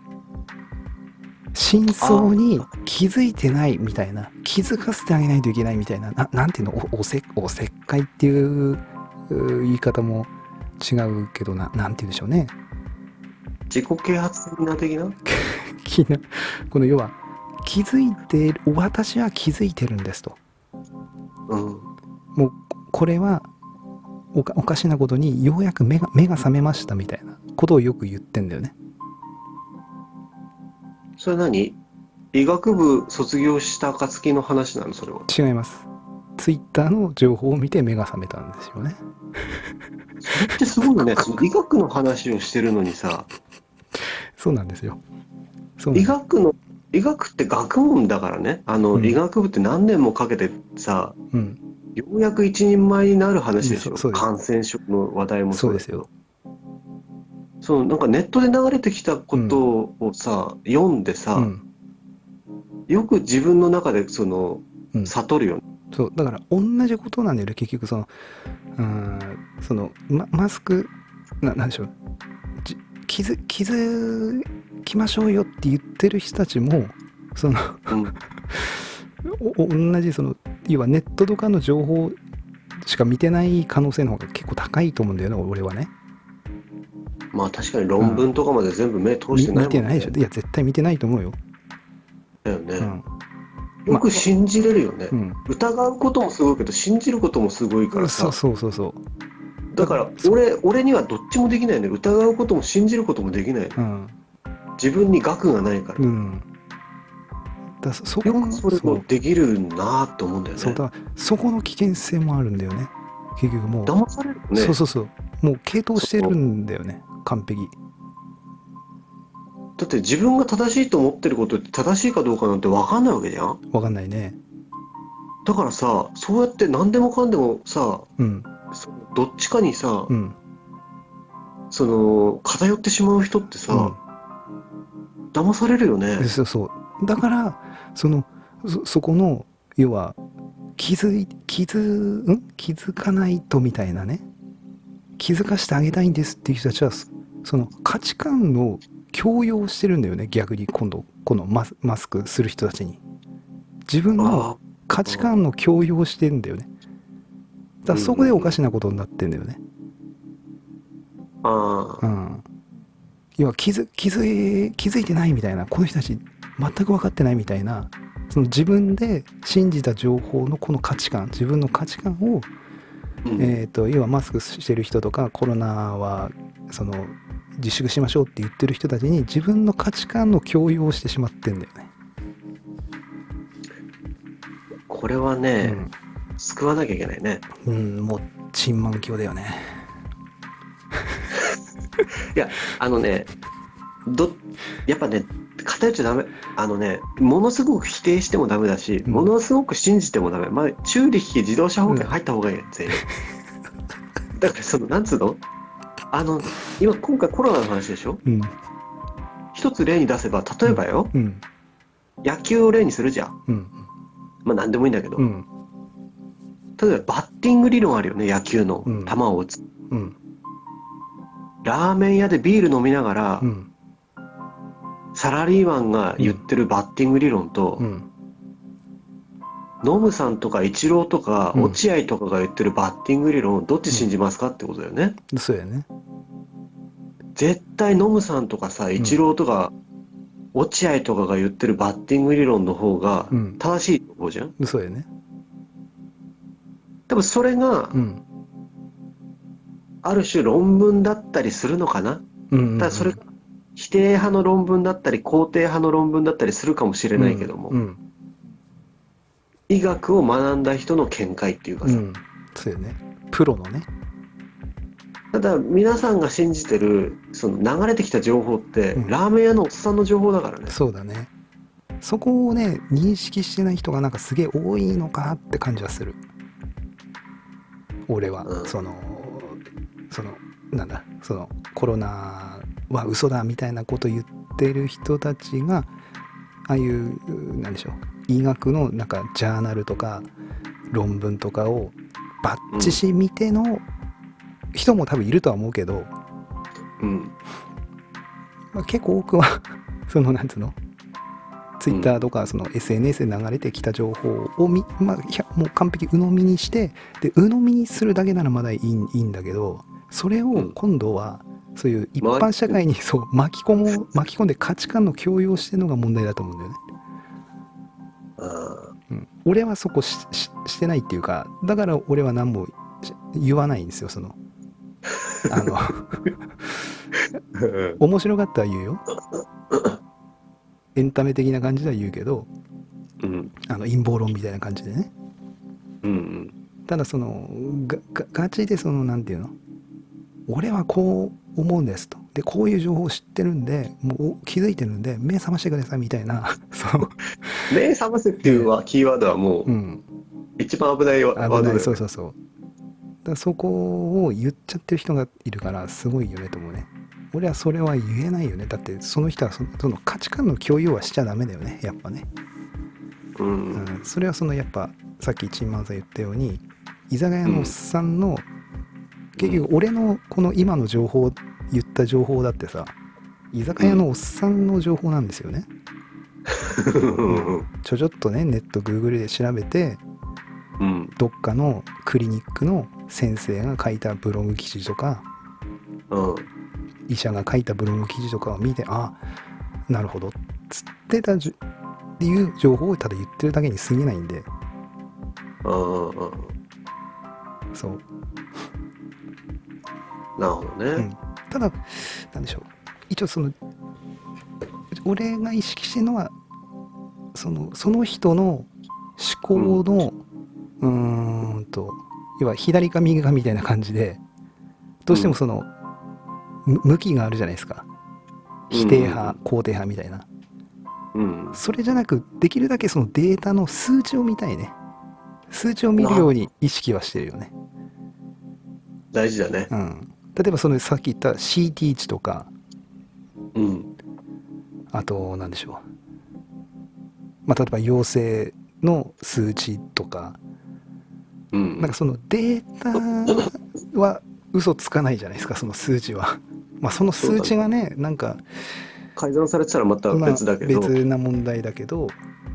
真相に気づいてないみたいな、気づかせてあげないといけないみたいな、なんていうの、おせっかいっていう言い方も違うけど、なんて言うんでしょうね。 自己啓発セミナー的なこの要は気づいている、私は気づいてるんですと、もうこれはおかしなことにようやく目が覚めましたみたいなことをよく言ってんだよね。 それ何？医学部卒業した暁の話なの？それは違います。ツイッターの情報を見て目が覚めたんですよね。 それってすごいね。その医学の話をしてるのにさ。 そうなんですよ。 医学の医学って学問だからね。医学部って何年もかけてさ、ようやく一人前になる話でしょ。感染症の話題もそうだけど。なんかネットで流れてきたことをさ、読んでさ、よく自分の中で悟るよね。 そうだから同じことなんだよね、結局マスクなんでしょう、気づきましょうよって言ってる人たちも同じ要はネットとかの情報しか見てない可能性の方が結構高いと思うんだよね、俺はね。 まあ確かに論文とかまで全部目通してないもんね。 見てないでしょ。いや絶対見てないと思うよ。 だよね。よく信じれるよね。疑うこともすごいけど信じることもすごいからさ。 そうだから俺にはどっちもできないね。疑うことも信じることもできない。自分に学がないから。よくそれもできるなと思うんだよね。 そこの危険性もあるんだよね。結局もう騙されるね。 そうもう傾倒してるんだよね、完璧。 だって自分が正しいと思ってることって正しいかどうかなんて分かんないわけじゃん。 分かんないね。 だからさ、そうやって何でもかんでもさ、どっちかにさ、偏ってしまう人ってさ、騙されるよね。 そうだからそこの要は気づかないとみたいなね、気づかしてあげたいんですっていう人たちはその価値観の強要してるんだよね、逆に今度このマスクする人たちに自分の価値観の強要してるんだよね。だからそこでおかしなことになってんだよね。要は気づいてないみたいな、この人たち全く分かってないみたいな、その自分で信じた情報のこの価値観、自分の価値観を、要はマスクしてる人とかコロナは自粛しましょうって言ってる人たちに自分の価値観の強要をしてしまってんだよね。 これはね、救わなきゃいけないね。 もうチンマン教だよね。 いややっぱね、偏っちゃダメ。ものすごく否定してもダメだし、ものすごく信じてもダメ。チューリッヒ自動車保険入った方がいいよ、全員。だからなんつうの、今回コロナの話でしょ。一つ例に出せば、例えばよ、野球を例にするじゃん。何でもいいんだけど、例えばバッティング理論あるよね、野球の球を打つ。ラーメン屋でビール飲みながら、サラリーマンが言ってるバッティング理論と、ノムさんとかイチローとか落合とかが言ってるバッティング理論、どっち信じますかってことだよね。 そうやね。 絶対ノムさんとかさ、イチローとか落合とかが言ってるバッティング理論の方が正しいと思うじゃん。 そうやね。 多分それが、ある種論文だったりするのかな。ただそれが否定派の論文だったり肯定派の論文だったりするかもしれないけども、医学を学んだ人の見解っていうかさ、 そうよね、プロのね。 ただ皆さんが信じてる流れてきた情報って、ラーメン屋のおっさんの情報だからね。 そうだね。そこをね認識してない人がなんかすげえ多いのかなって感じはする、俺は。なんだコロナは嘘だみたいなこと言ってる人たちが、ああいうなんでしょう、医学のなんかジャーナルとか論文とかをバッチし見ての人も多分いるとは思うけど、結構多くはなんつうの、ツイッターとかSNS で流れてきた情報をもう完璧鵜呑みにして、で鵜呑みにするだけならまだいいんだけど、それを今度はそういう一般社会に巻き込んで価値観の強要してるのが問題だと思うんだよね。俺はそこしてないっていうか、だから俺は何も言わないんですよ。面白かったら言うよ。エンタメ的な感じでは言うけど、陰謀論みたいな感じでね。ただガチでなんていうの、俺はこう思うんですと、 でこういう情報を知ってるんでもう気づいてるんで目覚ましてくださいみたいなそう目覚ませっていうキーワードはもう、一番危ないワードだよね。 そうそうそう。だからそこを言っちゃってる人がいるからすごいよねと思うね。俺はそれは言えないよね。だってその人はその価値観の共有はしちゃダメだよね、やっぱね。それはやっぱさっきチンマンさん言ったように居酒屋のおっさんの、結局俺のこの今の情報言った情報だってさ居酒屋のおっさんの情報なんですよね。ちょっとねネット Google で調べて、どっかのクリニックの先生が書いたブログ記事とか、医者が書いたブログ記事とかを見て、あ、なるほどっつってたっていう情報をただ言ってるだけに過ぎないんで、そうなるほどね、 ただなんでしょう、一応俺が意識してるのはその人の思考の、要は左か右かみたいな感じでどうしても向きがあるじゃないですか。否定派、肯定派みたいな、それじゃなくできるだけそのデータの数値を見たいね。数値を見るように意識はしてるよね。 大事だね。 例えばさっき言った CT 値とか、あと何でしょう、例えば陽性の数値とか、なんかそのデータは嘘つかないじゃないですか、その数値は。その数値がね、なんか改ざんされてたらまた別だけど、 別な問題だけど、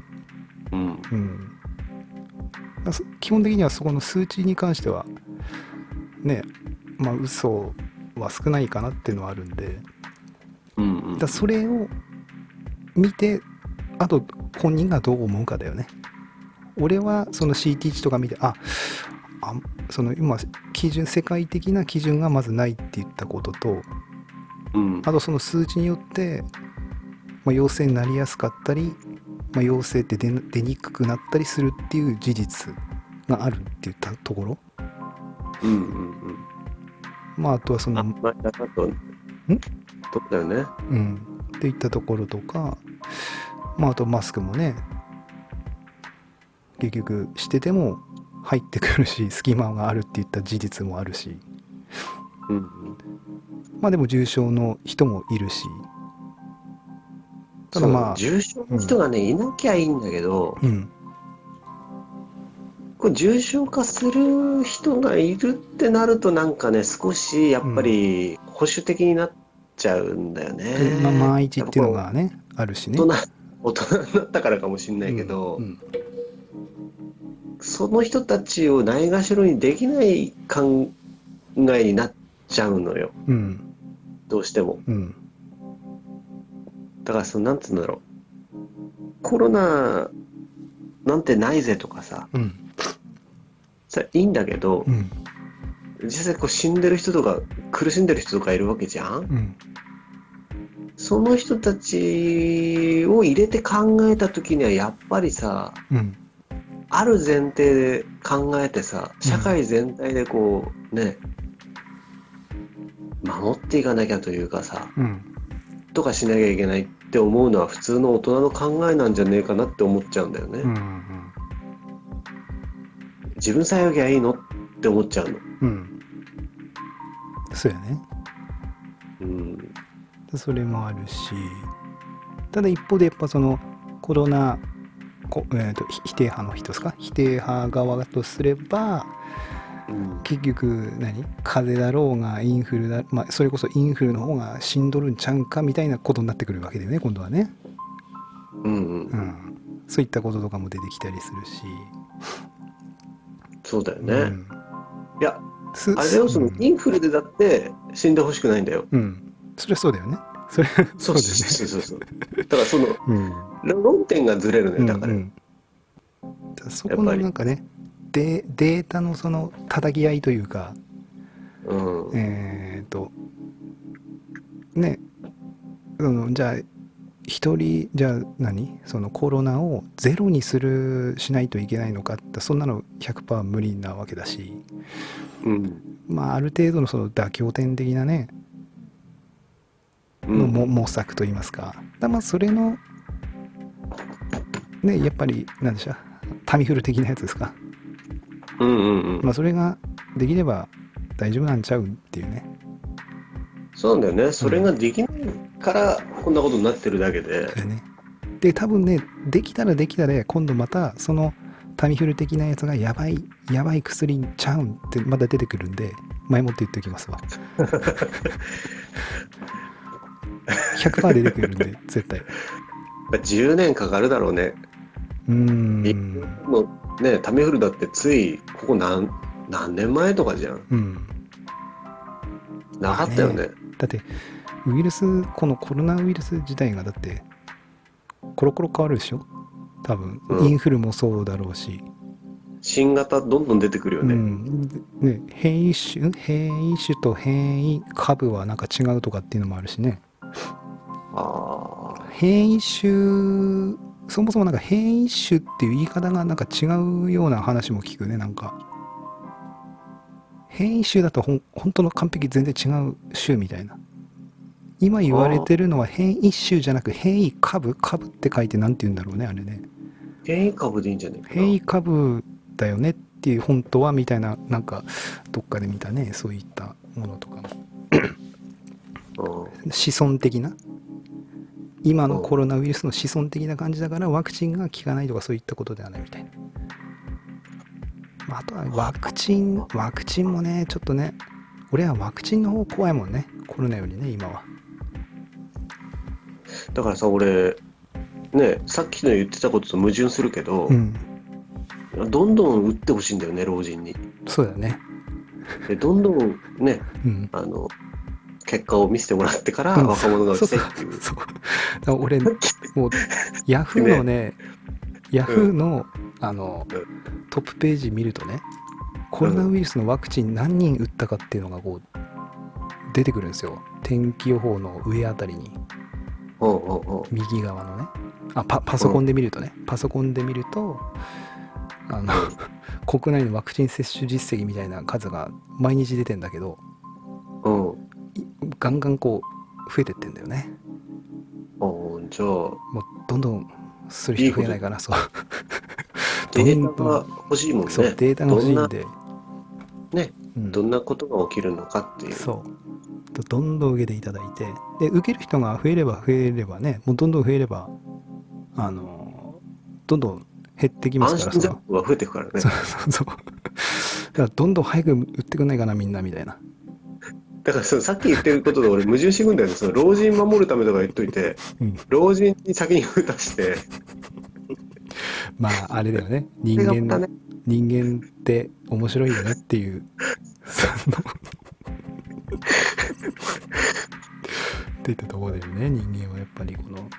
基本的にはそこの数値に関してはね、嘘は少ないかなっていうのはあるんで、だそれを見て、あと本人がどう思うかだよね。俺はその CT 値とか見て、今世界的な基準がまずないって言ったことと、あとその数値によって、陽性になりやすかったり、陽性って出にくくなったりするっていう事実があるって言ったところ、あとはそうだよね。 っていったところとか、あとマスクもね、結局してても入ってくるし、隙間があるっていった事実もあるし、でも重症の人もいるし、ただ重症の人がね、いなきゃいいんだけど、これ重症化する人がいるってなると、なんかね、少しやっぱり保守的になっちゃうんだよね。 万一っていうのがねあるしね。 大人になったからかもしれないけど、その人たちをないがしろにできない考えになっちゃうのよ、どうしても。だからなんつうんだろう、コロナなんてないぜとかさ、いいんだけど、実際死んでる人とか苦しんでる人とかいるわけじゃん、その人たちを入れて考えた時にはやっぱりさ、ある前提で考えてさ、社会全体でね、守っていかなきゃというかさ、とかしなきゃいけないって思うのは普通の大人の考えなんじゃねえかなって思っちゃうんだよね。自分さえ泳ぎゃいいのって思っちゃうの。 そうやね。それもあるし、ただ一方でやっぱコロナ否定派の人ですか、否定派側とすれば、結局風邪だろうがインフルだ、それこそインフルの方がしんどるんちゃんかみたいなことになってくるわけだよね、今度はね。そういったこととかも出てきたりするし。 そうだよね。いや、あれをインフルでだって死んでほしくないんだよ。 そりゃそうだよね。そうだよね。 だから論点がずれるね、だから。 そこのなんかね、データの叩き合いというか、じゃあ一人じゃあコロナをゼロにしないといけないのかって、そんなの 100% 無理なわけだし、ある程度の妥協点的なね、 の模索といいますか、まあそれのね、やっぱり何でしょう、タミフル的なやつですか。まあそれができれば大丈夫なんちゃうっていうね。 そうなんだよね。それができないからこんなことになってるだけで。 で多分ね、できたら今度またそのタミフル的なやつがやばい薬ちゃうんってまだ出てくるんで、前もって言っておきますわ。100% 出てくるんで絶対。 10年かかるだろうね。のね、タミフルだってついここ何年前とかじゃん。なかったよね。 だってウイルス、このコロナウイルス自体がだってコロコロ変わるでしょ多分、インフルもそうだろうし、 新型どんどん出てくるよね。 ね、変異種と変異株はなんか違うとかっていうのもあるしね。変異種、そもそもなんか変異種っていう言い方がなんか違うような話も聞くね。なんか変異種だと本当の完璧全然違う種みたいな。今言われてるのは変異種じゃなく変異株って書いてなんて言うんだろうね、あれね。 変異株でいいんじゃないかな。 変異株だよねっていう、本当はみたいな、なんかどっかで見たね、そういったものとかも子孫的な、今のコロナウイルスの子孫的な感じだからワクチンが効かないとかそういったことではないみたいな。あとはワクチンもね、ちょっとね、俺はワクチンの方怖いもんね、コロナよりね、今は。 だからさ、俺ね、さっきの言ってたことと矛盾するけど、どんどん打ってほしいんだよね、老人に。 そうだね。 でどんどんね、結果を見せてもらってから若者が打ちたいっていう。 そう俺もうヤフーのね、ヤフーのトップページ見るとね、コロナウイルスのワクチン何人打ったかっていうのがこう出てくるんですよ。天気予報の上あたりに、右側のね、パソコンで見るとね、国内のワクチン接種実績みたいな数が毎日出てんだけど、ガンガンこう増えてってんだよね。 じゃあもうどんどんする人増えないかな。そうデータが欲しいもんね。 そう、データが欲しいんでね、どんなことが起きるのかっていう。 そうどんどん受けていただいて、で受ける人が増えればね、もうどんどん増えればどんどん減ってきますから。 安心雑貨が増えていくからね。 そうだからどんどん早く打ってくんないかなみんなみたいな。 だからさっき言ってることで俺矛盾してくんだよね。その老人守るためとか言っといて、老人に先に打たしてまああれだよね、人間って面白いよねっていうっていったところだよね。人間はやっぱりこの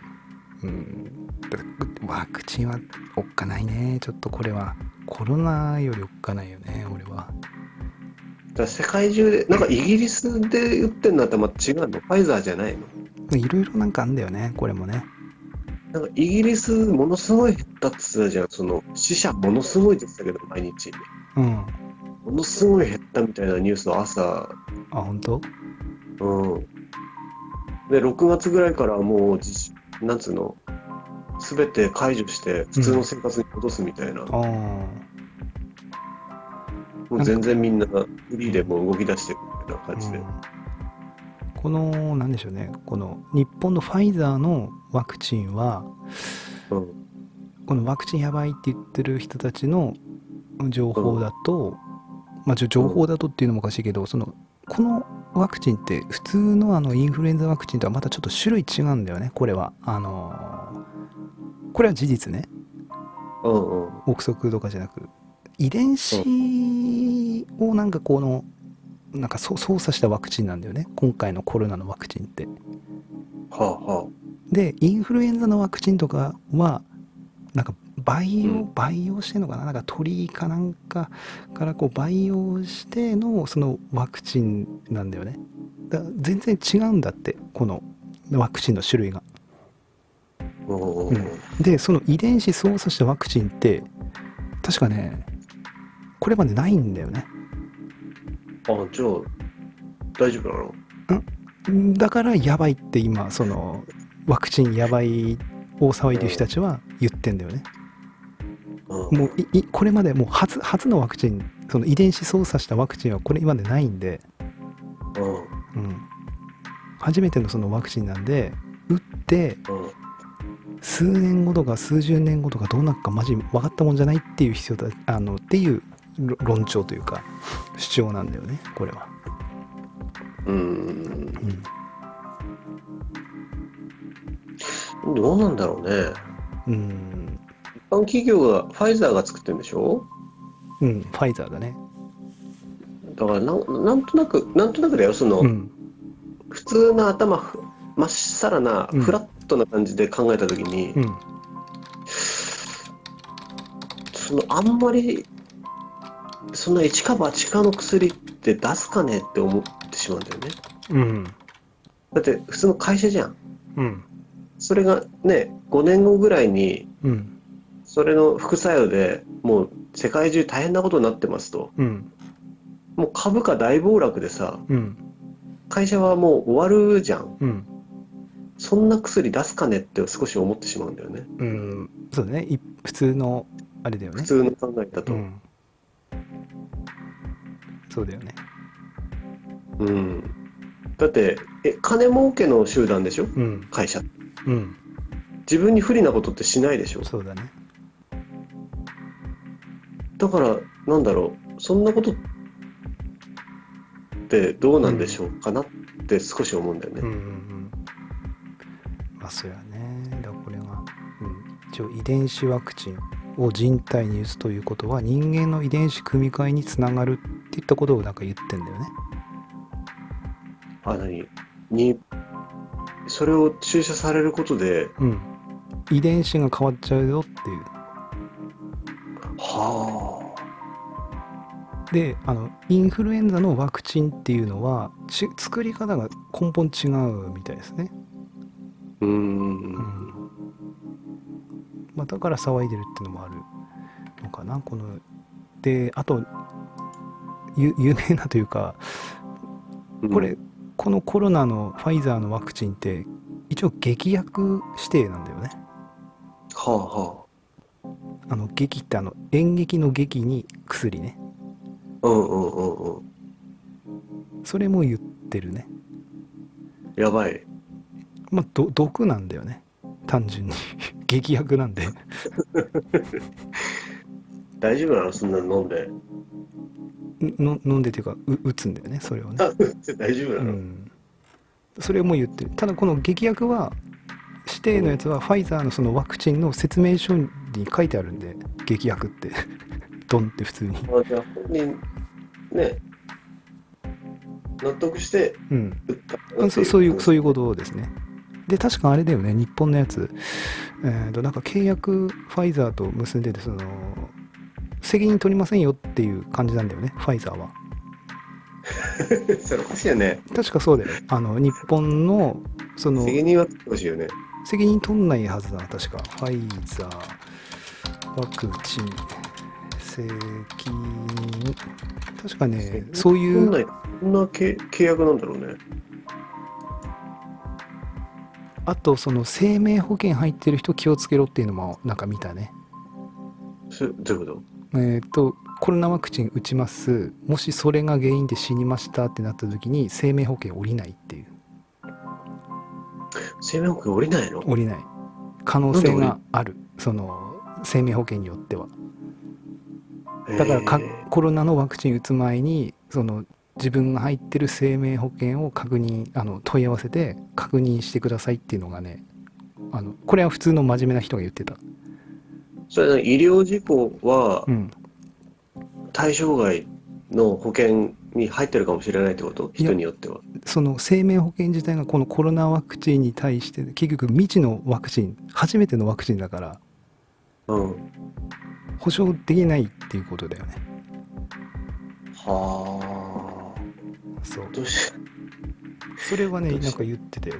ワクチンはおっかないね。ちょっとこれはコロナよりおっかないよね、俺は。 だ世界中でなんかイギリスで打ってんのとまた違うの？ファイザーじゃないの？ いろいろなんかあんだよね、これもね。 なんかイギリスものすごい減ったって言ってたじゃん。その死者ものすごいって言ってたけど毎日。ものすごい減ったみたいなニュースを朝。 本当？ で6月ぐらいからもうなんつうの、全て解除して普通の生活に戻すみたいな。もう全然みんなフリーでも動き出してるみたいな感じで。 このなんでしょうね、この日本のファイザーのワクチンは、このワクチンやばいって言ってる人たちの情報だと、情報だとっていうのもおかしいけど、このワクチンって普通のインフルエンザワクチンとはまたちょっと種類違うんだよね。これはこれは事実ね。憶測とかじゃなく、遺伝子をなんかなんか操作したワクチンなんだよね、今回のコロナのワクチンって。でインフルエンザのワクチンとかはなんか培養してんのかな、なんか鳥かなんかからこう培養してのそのワクチンなんだよね。全然違うんだって、このワクチンの種類が。でその遺伝子操作したワクチンって確かね、これまでないんだよね。 じゃあ大丈夫なの？ だからやばいって今そのワクチンやばい大騒いでる人たちは言ってんだよね。もうこれまでもう初のワクチン、その遺伝子操作したワクチンはこれ今までないんで、初めてのそのワクチンなんで、打って数年後とか数十年後とかどうなるかマジ分かったもんじゃないっていう必要だっていう論調というか主張なんだよね、これは。 どうなんだろうね。一般企業がファイザーが作ってるんでしょ。 ファイザーだね。 だからなんとなくだよ、その、普通の頭まっさらなフラットな感じで考えたときに、そのあんまりそんな一か八かの薬って出すかねって思ってしまうんだよね。だって普通の会社じゃん。それがね、5年後ぐらいに、それの副作用でもう世界中大変なことになってますと、もう株価大暴落でさ、会社はもう終わるじゃん。そんな薬出すかねって少し思ってしまうんだよね。 そうだね、普通のあれだよね。 普通の考えだと。 そうだよね。 だって金儲けの集団でしょ、会社。自分に不利なことってしないでしょ。 そうだね。 だからなんだろう、そんなことってどうなんでしょうかなって少し思うんだよね。 まあそれはね、だからこれが、一応遺伝子ワクチンを人体に打つということは人間の遺伝子組み換えにつながるっていったことをなんか言ってんだよね。 それを注射されることで、 遺伝子が変わっちゃうよっていう。で、インフルエンザのワクチンっていうのは作り方が根本違うみたいですね。だから騒いでるっていうのもあるのかな。で、あと有名なというか、このコロナのファイザーのワクチンって一応劇薬指定なんだよね。劇って演劇の劇に薬ね。それも言ってるね。 やばい。 毒なんだよね、単純に。劇薬なんで。 大丈夫なの、そんなの飲んで。 飲んでっていうか打つんだよね、それをね。 大丈夫なの。 それも言ってる。ただこの劇薬は指定のやつはファイザーのそのワクチンの説明書に書いてあるんで、劇薬ってドンって普通に。 じゃあ本人ね、納得して打った、 そういうことですね。で確かあれだよね、日本のやつ、なんか契約ファイザーと結んでて、その責任取りませんよっていう感じなんだよね、ファイザーは。 それおかしいよね。 確かそうだよ。日本のその責任は取ってほしいよね。 責任取んないはずだな、確か。ファイザーワクチン責任、確かね、そういう。 こんな契約なんだろうね。 あとその生命保険入ってる人気をつけろっていうのもなんか見たね。 どういうこと？ コロナワクチン打ちます、もしそれが原因で死にましたってなった時に生命保険下りないっていう。 生命保険下りないの？ 下りない可能性がある、その生命保険によっては。だからコロナのワクチン打つ前にその自分が入ってる生命保険を問い合わせて確認してくださいっていうのがね、これは普通の真面目な人が言ってた。 それ医療事故は対象外の保険に入ってるかもしれないってこと？人によっては。 その生命保険自体がこのコロナワクチンに対して結局未知のワクチン、初めてのワクチンだから、保証できないっていうことだよね。そう。それはね、なんか言ってたよ。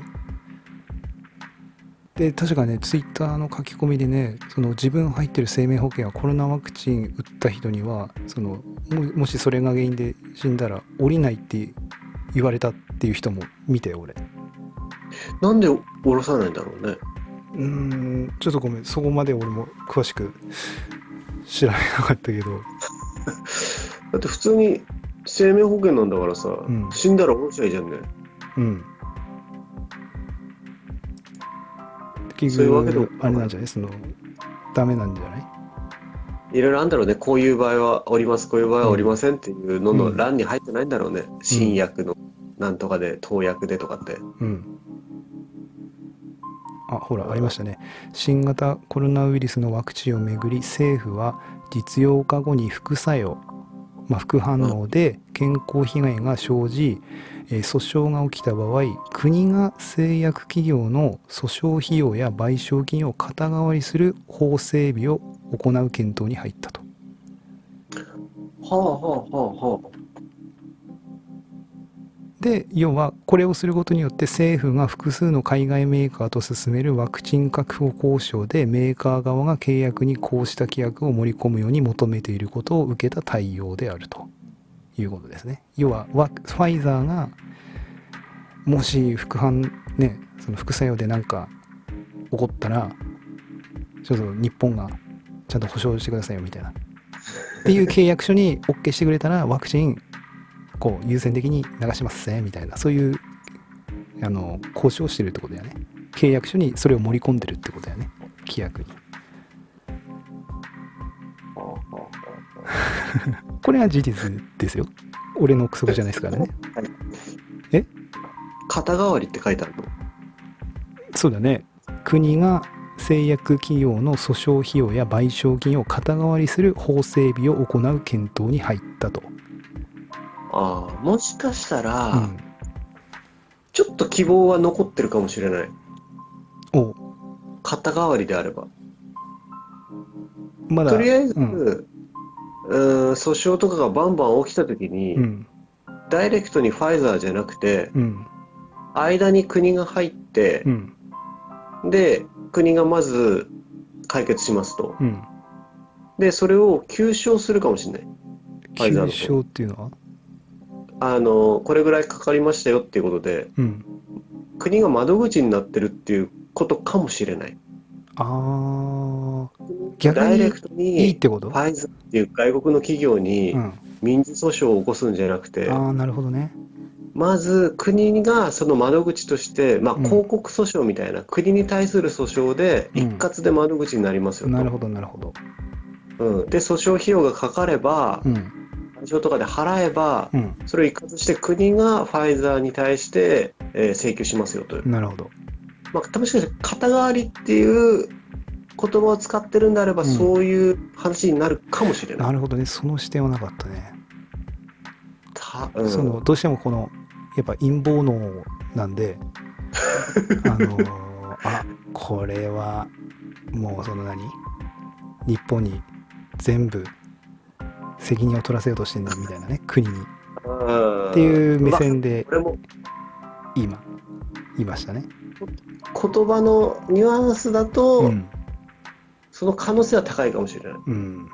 で確かね、ツイッターの書き込みでね、その自分入ってる生命保険はコロナワクチン打った人にはもしそれが原因で死んだら降りないって言われたってっていう人も見て俺。 なんで下ろさないんだろうね。 ちょっとごめん、そこまで俺も詳しく知らなかったけど。 だって普通に生命保険なんだからさ、死んだら下ろしゃいいじゃんね。 そういうわけであれなんじゃない？ダメなんじゃない？ いろいろあるんだろうね。こういう場合はおります、こういう場合はおりませんっていうのの欄に入ってないんだろうね。新薬のなんとかで、投薬でとかって。 あ、ほら、ありましたね。新型コロナウイルスのワクチンをめぐり、政府は実用化後に副作用、副反応で健康被害が生じ、訴訟が起きた場合、国が製薬企業の訴訟費用や賠償金を肩代わりする法整備を行う検討に入ったと。で、要はこれをすることによって政府が複数の海外メーカーと進めるワクチン確保交渉でメーカー側が契約にこうした規約を盛り込むように求めていることを受けた対応であるということですね。要はファイザーがもしその副作用でなんか起こったらちょっと日本がちゃんと保証してくださいよみたいなっていう契約書に OK してくれたらワクチンこう優先的に流しますねみたいな、そういう交渉してるってことだよね。契約書にそれを盛り込んでるってことだよね、規約に。これは事実ですよ。俺の憶測じゃないですからね。 肩代わりって書いてあるの？ そうだね。国が製薬企業の訴訟費用や賠償金を肩代わりする法整備を行う検討に入ったと。 もしかしたら、ちょっと希望は残ってるかもしれない。肩代わりであれば。とりあえず、訴訟とかがバンバン起きたときに、ダイレクトにファイザーじゃなくて、間に国が入って、で、国がまず解決しますと。で、それを休承するかもしれない。ファイザーの方。 休承っていうのはこれぐらいかかりましたよっていうことで、国が窓口になってるっていうことかもしれない。 逆にダイレクトにいいってこと？ ファイザーっていう外国の企業に民事訴訟を起こすんじゃなくて、 なるほどね。 まず国がその窓口として、広告訴訟みたいな、国に対する訴訟で一括で窓口になりますよと。 なるほどなるほど。 で訴訟費用がかかれば、賠償とかで払えば、それを一括して国がファイザーに対して、請求しますよと。 なるほど。 もしかして肩代わりっていう言葉を使ってるんであれば、そういう話になるかもしれない。 なるほどね。その視点はなかったね。どうしてもやっぱ陰謀論なんでこれはもう日本に全部責任を取らせようとしてんだみたいなね、国にっていう目線で今言いましたね。 言葉のニュアンスだと、その可能性は高いかもしれない。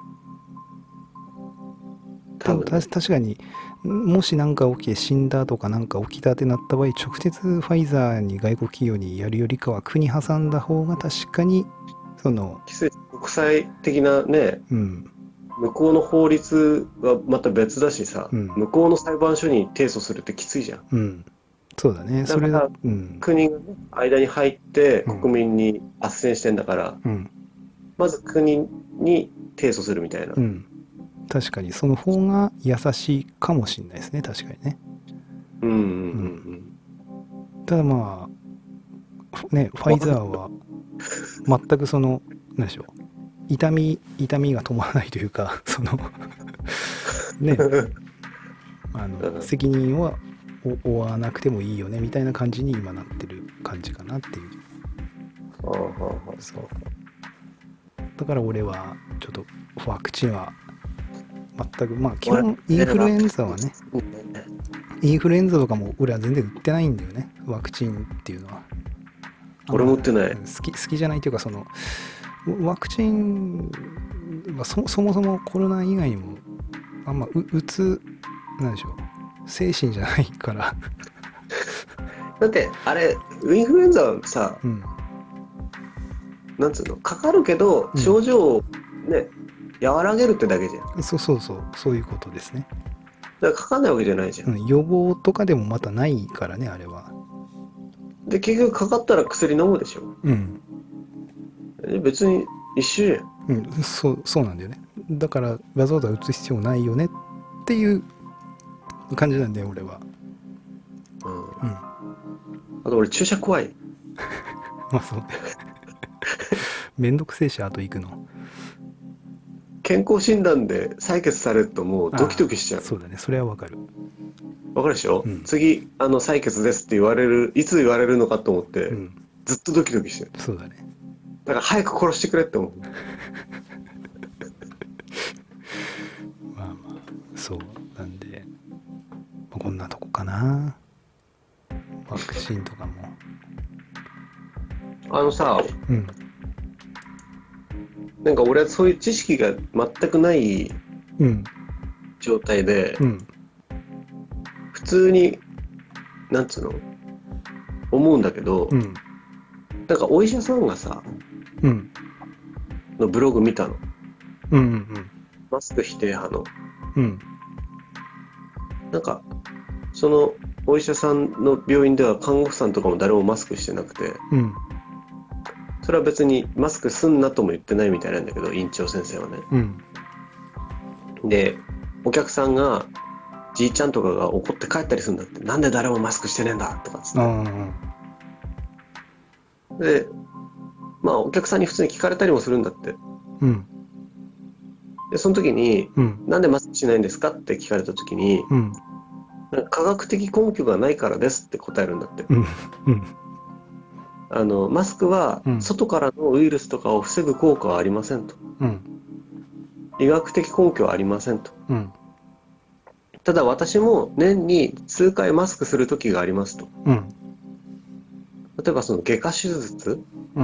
多分確かにもし何か起きて死んだとか何か起きたってなった場合、直接ファイザーに外国企業にやるよりかは国挟んだ方が確かに国際的なね、向こうの法律はまた別だしさ、向こうの裁判所に提訴するってきついじゃん。 そうだね。 それが国が、間に入って国民に斡旋してんだから、まず国に提訴するみたいな。 確かにその方が優しいかもしれないですね。確かにね。ただファイザーは全く何でしょう、痛みが止まらないというか責任は負わなくてもいいよねみたいな感じに今なってる感じかなっていう。そうだから俺はちょっとワクチンは全く基本インフルエンザはね、インフルエンザとかも俺は全然売ってないんだよね、ワクチンっていうのは。 俺も売ってない。 好きじゃないというか、ワクチンはそもそもコロナ以外にも打つなんでしょう、精神じゃないからだってあれインフルエンザはさ、 うん、 なんつうの、かかるけど症状をね、和らげるってだけじゃん。 そういうことですね。 だからかかんないわけじゃないじゃん。 予防とかでもまたないからね、あれは。 で結局かかったら薬飲むでしょ。 うん。 別に一緒じゃん。 うん、そうなんだよね。だからわざわざ打つ必要ないよねっていう感じなんだよ、俺は。 うん。 うん。 あと俺注射怖い。 まあそうね。めんどくせえし、あと行くの。 健康診断で採血されるともうドキドキしちゃう。 そうだね、それはわかる。 わかるでしょ、 うん、 次採血ですって言われる、いつ言われるのかと思って、 うん、 ずっとドキドキしてる。 そうだね。 だから早く殺してくれって思う。 まあまあ、そうなんで、まあ、こんなとこかな。ワクチンとかも。 さ、 うん、 なんか俺はそういう知識が全くないうん、 状態で、 うん、 普通に、なんつうの思うんだけど、 うん、 なんかお医者さんがさ、 うん、 のブログ見たの。 うん、うん、 マスク否定派の。 うん、 なんか、そのお医者さんの病院では看護婦さんとかも誰もマスクしてなくて、 うん、 それは別にマスクすんなとも言ってないみたいなんだけど、院長先生はね。 うん、 で、お客さんが、じいちゃんとかが怒って帰ったりするんだって。なんで誰もマスクしてねえんだとかっつって。で、まあお客さんに普通に聞かれたりもするんだって。 うん、 で、その時に、 うん、 なんでマスクしないんですかって聞かれた時に、 うん、 科学的根拠がないからですって答えるんだって。 うん、うん、 マスクはうん、 外からのウイルスとかを防ぐ効果はありませんと。 うん、 医学的根拠はありませんと。 うん、 ただ私も年に数回マスクする時がありますと。 うん、 例えばその外科手術うん、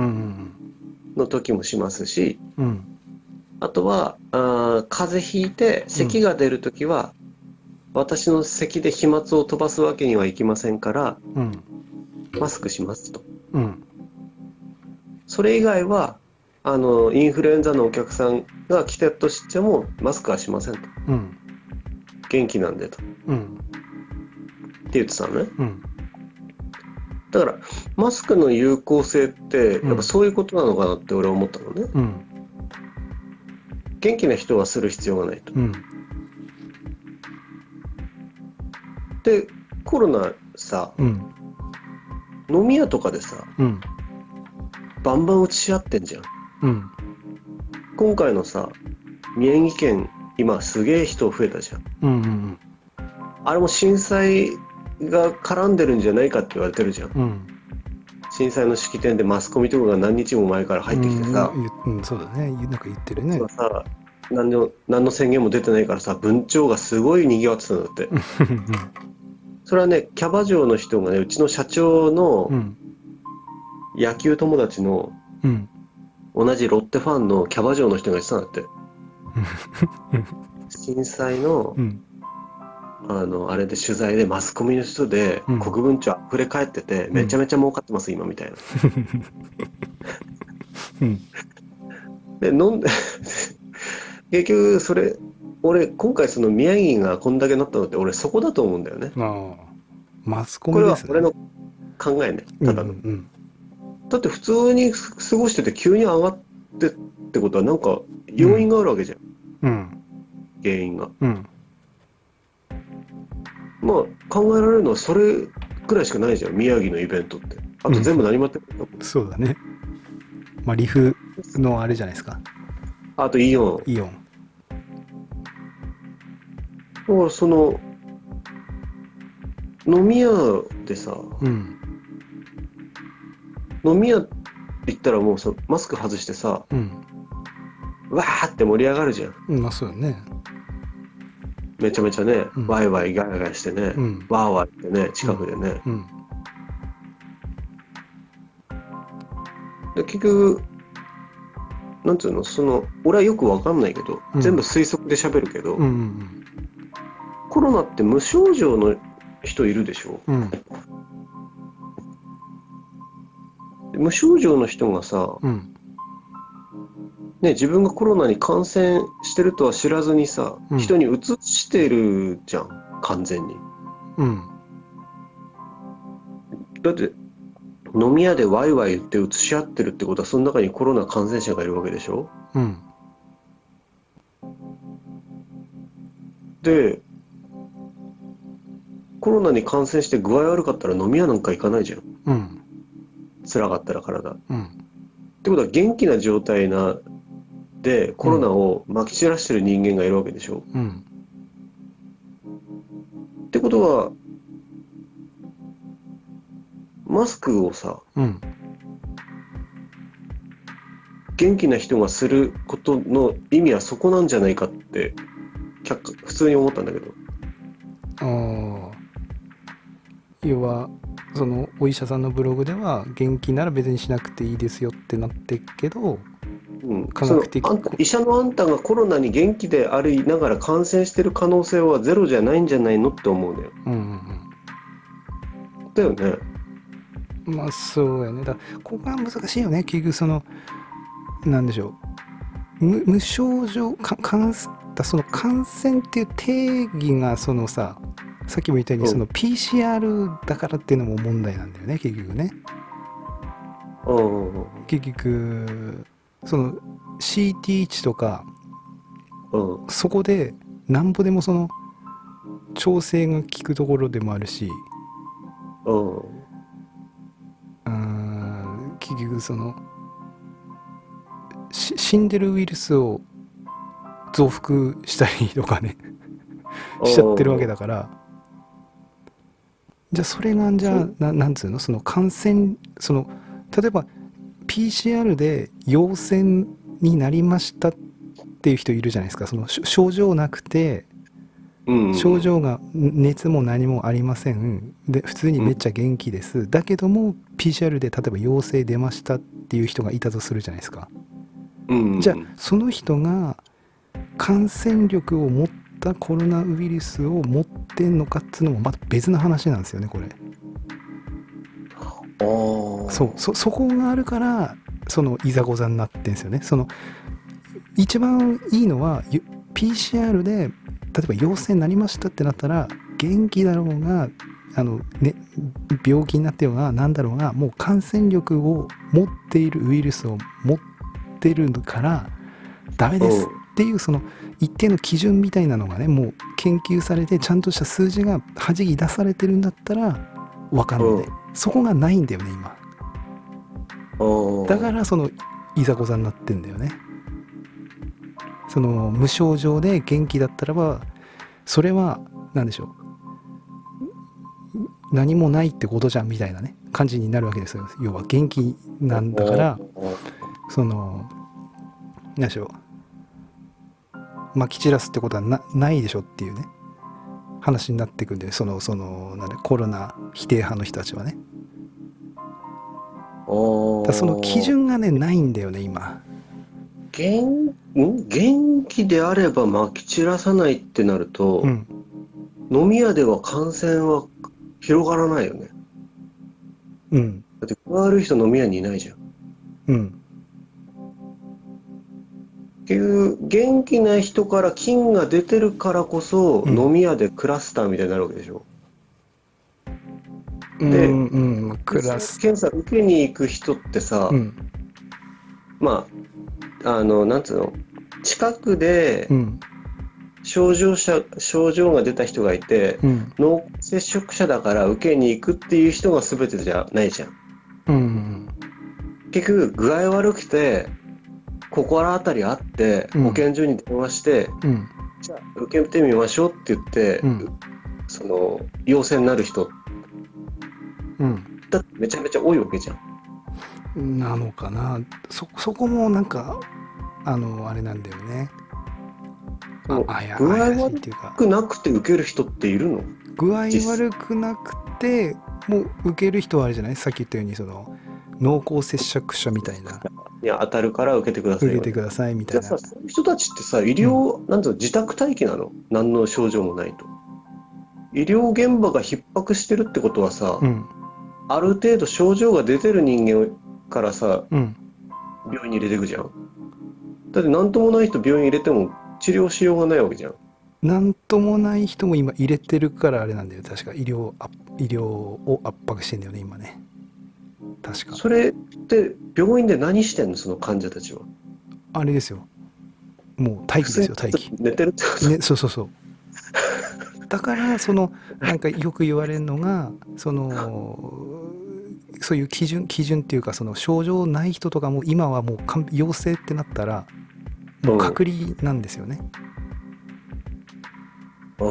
の時もしますし、 うん、 あとは風邪ひいて咳が出る時は、私の咳で飛沫を飛ばすわけにはいきませんからうん、 マスクしますと。 うん、 それ以外はインフルエンザのお客さんが来たとしてもマスクはしませんと。 うん、 元気なんでと。 うん、 って言ってたのね。 うん、 だからマスクの有効性ってやっぱそういうことなのかなって俺は思ったのね。 うん、 元気な人はする必要がないと。 うん、 でコロナさ、 うん、 飲み屋とかでさ、 うん、 バンバン打ちし合ってんじゃん。 うん、 今回のさ、宮城県今すげえ人増えたじゃん。 うん、 あれも震災が絡んでるんじゃないかって言われてるじゃん。 うん、 震災の式典でマスコミとかが何日も前から入ってきてさ、 そうだね、なんか言ってるね。 そうさ、何の宣言も出てないからさ、文鳥がすごい賑わってたんだって。それはね、キャバ嬢の人がね、うちの社長の野球友達の同じロッテファンのキャバ嬢の人が言ってたんだって。震災の、あれで取材でマスコミの人で国分町溢れ返ってて、めちゃめちゃ儲かってます今みたいな。で飲んで結局それ俺今回その宮城がこんだけなったのって俺そこだと思うんだよね。 マスコミですね。 これは俺の考えね、ただの。だって普通に過ごしてて急に上がってってことはなんか要因があるわけじゃん。原因が。まあ考えられるのはそれくらいしかないじゃん、宮城のイベントって。あと全部何もやってくれた。 そうだね。まあリフのあれじゃないですか。 あとイオン。だからその飲み屋でさ、飲み屋って言ったらもうマスク外してさ、わーって盛り上がるじゃん。 まあそうだね。 めちゃめちゃね、ワイワイガヤガヤしてね、ワーワーってね、近くでね。で結局なんつうの、俺はよくわかんないけど、全部推測で喋るけど、コロナって無症状の人いるでしょ。 無症状の人がさ、ね、自分がコロナに感染してるとは知らずにさ、人に移してるじゃん、完全に。だって飲み屋でワイワイ言って移し合ってるってことは、その中にコロナ感染者がいるわけでしょ。で、コロナに感染して具合悪かったら飲み屋なんか行かないじゃん。辛かったら体。ってことは元気な状態でコロナをまき散らしてる人間がいるわけでしょ。ってことはマスクをさ、元気な人がすることの意味はそこなんじゃないかって普通に思ったんだけど。 要はそのお医者さんのブログでは元気なら別にしなくていいですよってなってるけど、科学的医者のあんたがコロナに元気でありながら感染してる可能性はゼロじゃないんじゃないのって思うんだよ。だよね。 まあそうやね。だからここが難しいよね。結局そのなんでしょう、無症状その感染っていう定義がそのさっきも言ったようにその PCR だからっていうのも問題なんだよね結局ね。結局その CT 値とか、そこでなんぼでもその調整が効くところでもあるし、結局その死んでるウイルスを増幅したりとかねしちゃってるわけだから、じゃあそれがじゃあなんつうの、その感染、その例えば PCR で陽性になりましたっていう人いるじゃないですか。その症状なくて、症状が熱も何もありませんで普通にめっちゃ元気です、だけども PCR で例えば陽性出ましたっていう人がいたとするじゃないですか。じゃあその人が感染力を持ったコロナウイルスを持ってんのかっつうのもまた別の話なんですよねこれ。そこがあるからそのいざこざになってんですよね。その一番いいのは PCR で例えば陽性になりましたってなったら元気だろうが病気になってようが何だろうがもう感染力を持っているウイルスを持ってるからダメですっていうその一定の基準みたいなのがねもう研究されてちゃんとした数字が弾き出されてるんだったら分かんない、そこがないんだよね今。だからそのいざこざになってんだよね。その無症状で元気だったらばそれは何でしょう、何もないってことじゃんみたいなね感じになるわけですよ。要は元気なんだからその何でしょう、まき散らすってことはないでしょっていうね話になってくんで、そのなんでコロナ否定派の人たちはね。だその基準がねないんだよね今。 元気であればまき散らさないってなると、飲み屋では感染は広がらないよね。だって具合悪い人飲み屋にいないじゃん。っていう元気な人から菌が出てるからこそ、飲み屋でクラスターみたいになるわけでしょ。で、検査受けに行く人ってさ、まあなんつうの、近くで症状が出た人がいて、濃厚接触者だから受けに行くっていう人が全てじゃないじゃん。結局具合悪くて心当たりあって保健所に電話して、じゃあ受けてみましょうって言って、その陽性になる人だってめちゃめちゃ多いわけじゃん。なのかな。そこもなんかあれなんだよね。 具合悪くなくて受ける人っているの？ 具合悪くなくてもう受ける人はあれじゃない？さっき言ったようにその濃厚接触者みたいな。 いや当たるから受けてください。 受けてくださいみたいな。 じゃあさ、そういう人たちってさ、医療、なんていうの、自宅待機なの？何の症状もないと。医療現場が逼迫してるってことはさ、ある程度症状が出てる人間からさ、 うん。 病院に入れていくじゃん。だって何ともない人病院入れても治療しようがないわけじゃん。 なんともない人も今入れてるからあれなんだよ。確か医療を圧迫してんだよね、今ね。確か。 それって病院で何してんのその患者たちは。 あれですよ。もう待普通に機ですよ、待機。 寝てるってこね、そうそうそう。だからなんかよく言われるのがそういう基準っていうか、その症状ない人とかも今はもう陽性ってなったらもうと。 隔離なんですよね。 うん。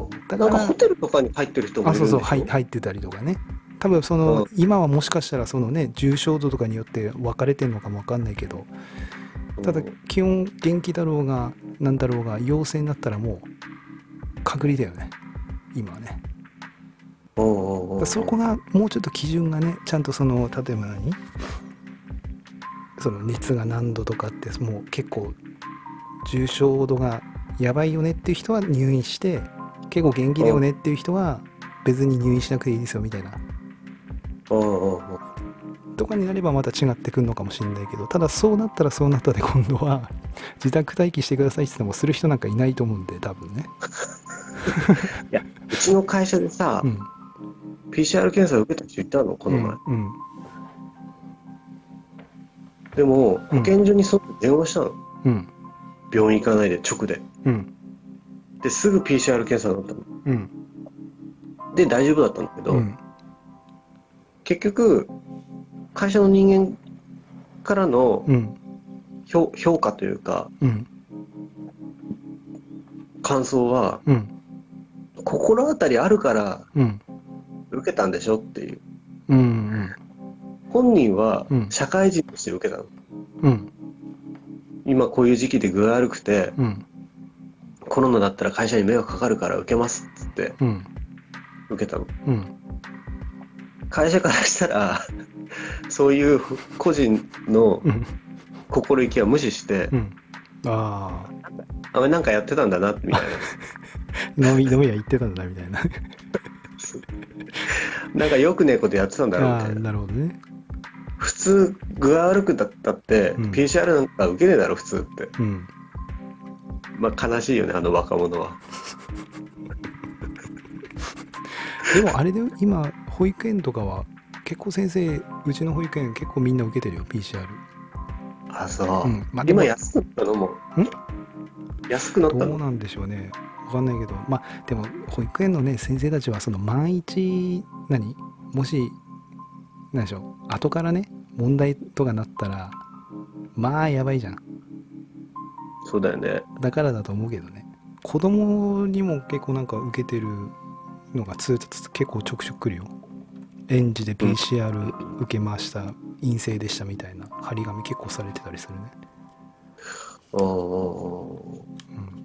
なんかだから、 ホテルとかに入ってる人もいそうそう、 るんでしょ？ 入ってたりとかね。多分うん。 今はもしかしたら重症度とかによって分かれてるのかも分かんないけど、ただうん。 基本元気だろうがなんだろうが陽性になったらもう隔離だよね、今はね。 うん。 そこがもうちょっと基準がね、ちゃんと例えば熱が何度とかって、もう結構重症度がやばいよねっていう人は入院して、結構元気だよねっていう人は別に入院しなくていいですよみたいなうん。 とかになればまた違ってくるのかもしれないけど、ただそうなったらそうなったで今度は自宅待機してくださいって言ってもする人なんかいないと思うんで、多分ね。 いや、うちの会社でさ、 うん PCR 検査を受けた人いたの、こうの前。 んうんでも、保うん健所にその電話したの。 うん病院行かないで直で。 うんで、すぐ PCR 検査だったの。 うんで、大丈夫だったんだけど、 うん結局、会社の人間からのうん評価というか、 うん感想は、 うん心当たりあるからうん受けたんでしょっていう。 うん本人はうん社会人として受けたの。 うん今こういう時期で具合悪くて、 うんコロナだったら会社に迷惑かかるから受けますっつってうん受けたの。 うん会社からしたら、そういう個人のうん心意気は無視して、 うんああ、なんかやってたんだな、みたいあ飲み屋行ってたんだみたいな。 な。なんかよくねえことやってたんだろう、みああ、 たいな。 なるほどね。 普通、具合悪くだったって、 うん PCR なんか受けねえだろ、普通って。 うんまあ悲しいよね、あの若者は。 でもあれで今保育園とかは結構先生、うちの保育園結構みんな受けてるよ PCR。 あ、そう。 まあでも今安くなったのも。安くなったの？ どうなんでしょうね、わかんないけど、まあでも保育園のね先生たちは万一もし何でしょう後からね問題とかなったらまあやばいじゃん。 そうだよね。 だからだと思うけどね。子供にも結構なんか受けてるのが通達結構ちょくちょく来るよ。園児でうん。 PCR 受けました、陰性でしたみたいな張り紙結構されてたりするね。 ああ、 うん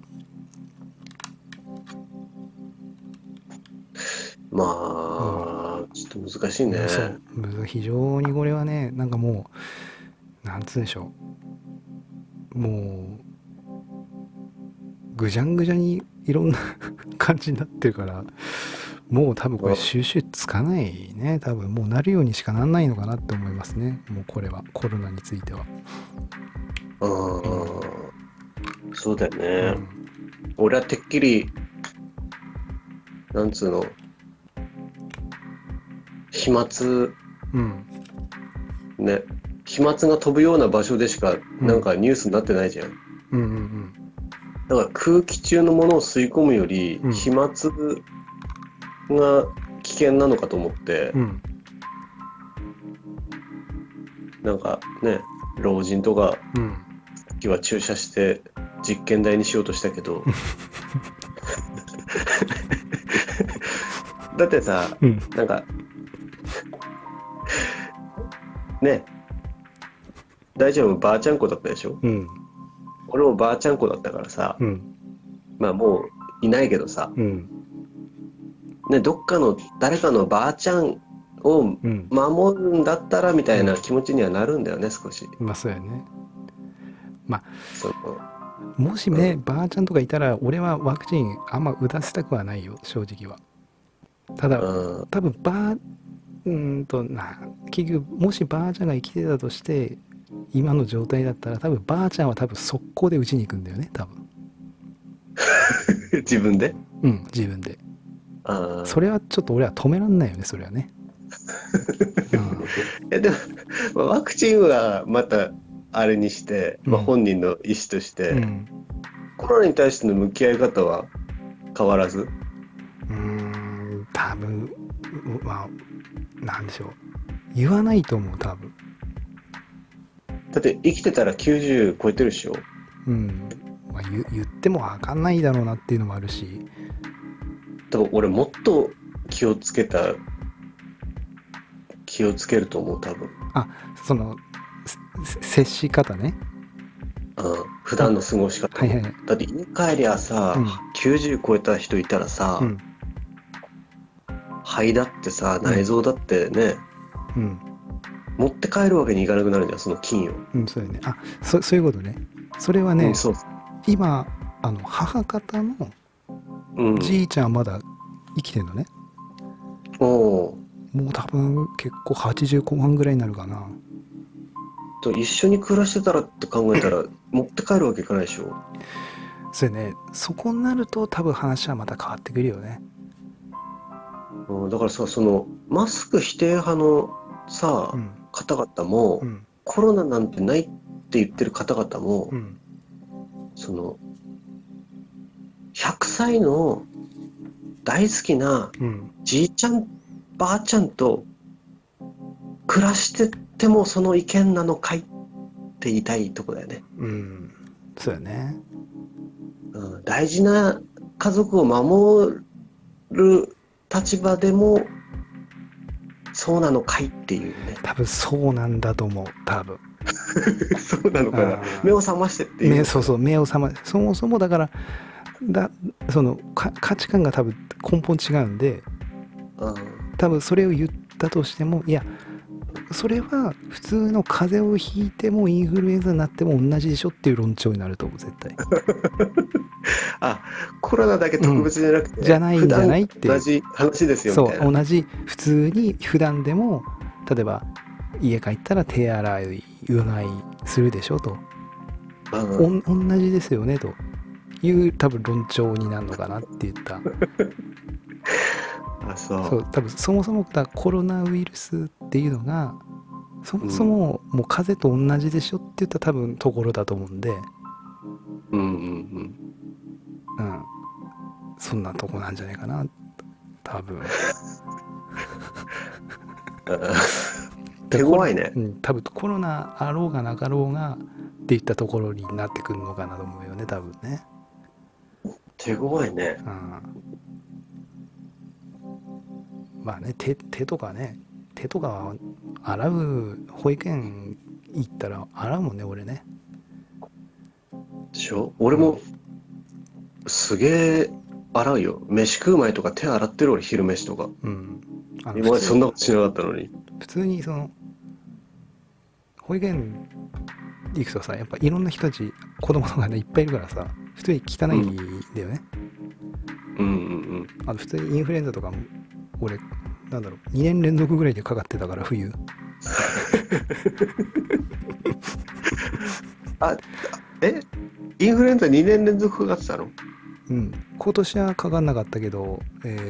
まうんあ、ちょっと難しいね。 そう非常にこれはね、なんかもうなんつうんでしょう、もうぐじゃんぐじゃにいろんな感じになってるから、もう多分これ収集つかないね。多分もうなるようにしかなんないのかなって思いますね、もうこれはコロナについては。 ああ、そうだよね。 うん俺はてっきり、なんつうの、飛沫、 うんね、飛沫が飛ぶような場所でしか、なんかニュースになってないじゃん。 うんうんだから空気中のものを吸い込むより、 うん飛沫が危険なのかと思って、 うんなんかね、老人とか、 うんさっきは注射して実験台にしようとしたけど、だってさ、 うんなんか、ね、大丈夫、ばあちゃん子だったでしょ？ うん俺もばあちゃん子だったからさ、 うんまあもういないけどさ、 うんね、どっかの誰かのばあちゃんをうん守るんだったらみたいな気持ちにはなるんだよね、少し。 まあそうやね。まあそのもしね、ばあちゃんとかいたら俺はワクチンあんま打たせたくはないよ、正直は。ただうん、 多分結局もしばあちゃんが生きてたとして今の状態だったら多分ばあちゃんは多分速攻で打ちに行くんだよね多分。 自分で。 自分で。 ああ。 それはちょっと俺は止めらんないよねそれはね。 でも、ワクチンはまたあれにして、本人の意思として、コロナに対しての向き合い方は変わらず。 多分なんでしょう、言わないと思う多分。 だって生きてたら90超えてるでしょ。 言っても分かんないだろうなっていうのもあるし、 多分俺もっと気をつけると思う多分。 その接し方ね。 普段の過ごし方。だって家帰りゃさ、90超えた人いたらさ、肺だってさ内臓だってね、持って帰るわけにいかなくなるじゃんその菌を。 そうよね。そういうことね。それはね、今母方のじいちゃんはまだ生きてるのね。もう多分結構80後半ぐらいになるかな。 と一緒に暮らしてたらって考えたら持って帰るわけいかないでしょ。 そうね。そこになると多分話はまた変わってくるよね。 だからさ、そのマスク否定派のさ、方々も、コロナなんてないって言ってる方々も、その100歳の大好きなじいちゃんばあちゃんと暮らしててもその意見なのかいって言いたいとこだよね。 そうよね。 大事な家族を守る立場でもそうなのかいっていうね。 多分そうなんだと思う多分。 そうなのかな。目を覚ましてっていう。 そう目を覚まして、そもそもだからその価値観が多分根本違うんで、多分それを言ったとしても、いやそれは普通の風邪をひいてもインフルエンザになっても同じでしょっていう論調になると思う絶対。 コロナだけ特別じゃなくて、 じゃないんじゃないっていう同じ話ですよみたいな。 そう同じ普通に普段でも例えば家帰ったら手洗いうがいするでしょと、同じですよねという多分論調になるのかなって言ったそう多分そもそもコロナウイルスっていうのがそもそももう風邪と同じでしょって言った多分ところだと思うんで、そんなとこなんじゃないかな多分。 手強いね。 多分コロナあろうがなかろうがっていったところになってくるのかなと思うよね多分ね。 手強いね。 まあね手とか洗う、保育園行ったら洗うもんね俺ね。 でしょ。俺もすげえ洗うよ。飯食う前とか手洗ってる俺、昼飯とか。今までそんなことしなかったのに。 普通にその保育園行くとさやっぱいろんな人たち子供とかねいっぱいいるからさ普通に汚いんだよね。普通にインフルエンザとかも俺2年連続ぐらいでかかってたから冬。 インフルエンザ2年連続かかってたの？ 今年はかかんなかったけど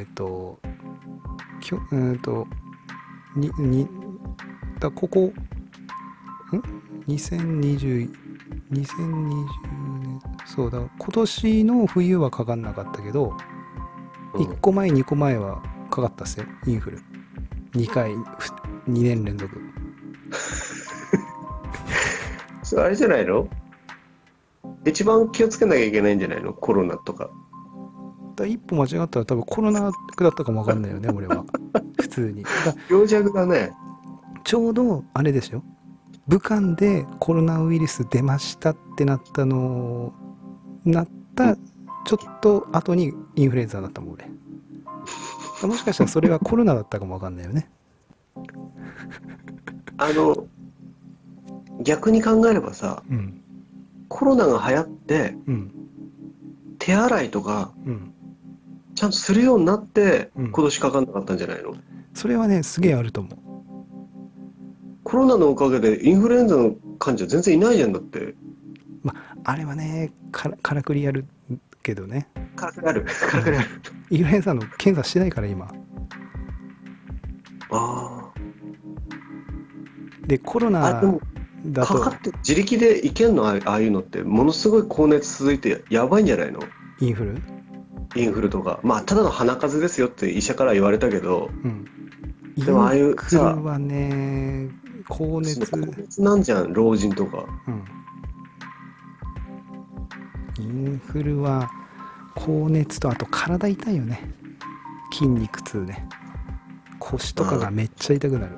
ここ2020年そうだ今年の冬はかかんなかったけど、1個前2個前はかかったっすよインフル2回2年連続。 それあれじゃないの？一番気をつけなきゃいけないんじゃないの？コロナとか。 一歩間違ったら多分コロナだったかも分かんないよね俺は。普通に病弱だね。 ちょうどあれですよ、武漢でコロナウイルス出ましたってなったちょっと後にインフルエンザだったもん俺。もしかしたらそれはコロナだったかも分かんないよね。 逆に考えればさ、コロナが流行って、手洗いとか、ちゃんとするようになって、今年かかんなかったんじゃないの？ それはねすげえあると思う。 コロナのおかげでインフルエンザの患者全然いないじゃん。だってあれはねからくりやるけどね。 からくりあるからくりある。 インフルエンザの検査してないから今あで。コロあナでもだとかかって自力でいけんの？ああいうのってものすごい高熱続いてやばいんじゃないの？ インフル、 インフルとか、まあただの鼻風邪ですよって医者から言われたけど、 うん、イでもああいうンフルはね高熱、 高熱なんじゃん、老人とか。 うん、インフルは高熱とあと体痛いよね。筋肉痛ね。腰とかがめっちゃ痛くなる。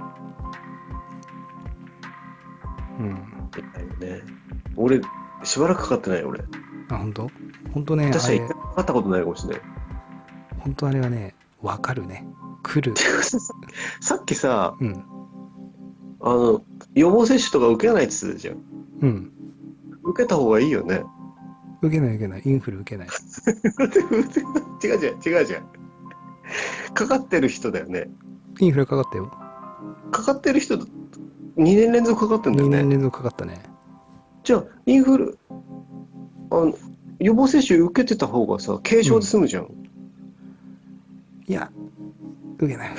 うん。 痛いよね。俺しばらくかかってないよ俺。 あ、本当ね、あれ私は一回かかったことないかもしれない。 本当あれはねわかるね。来る。 さっきさ、 うん。 予防接種とか受けないって言ってたじゃん。 うん。 受けた方がいいよね。 受けないインフル受けない。 違うじゃん。かかってる人だよね。 インフルかかったよ。 かかってる人2年連続かかってんだよ 2 ね。 年連続かかったね。 じゃあインフル予防接種受けてた方がさ軽症で済むじゃん。 いや受けない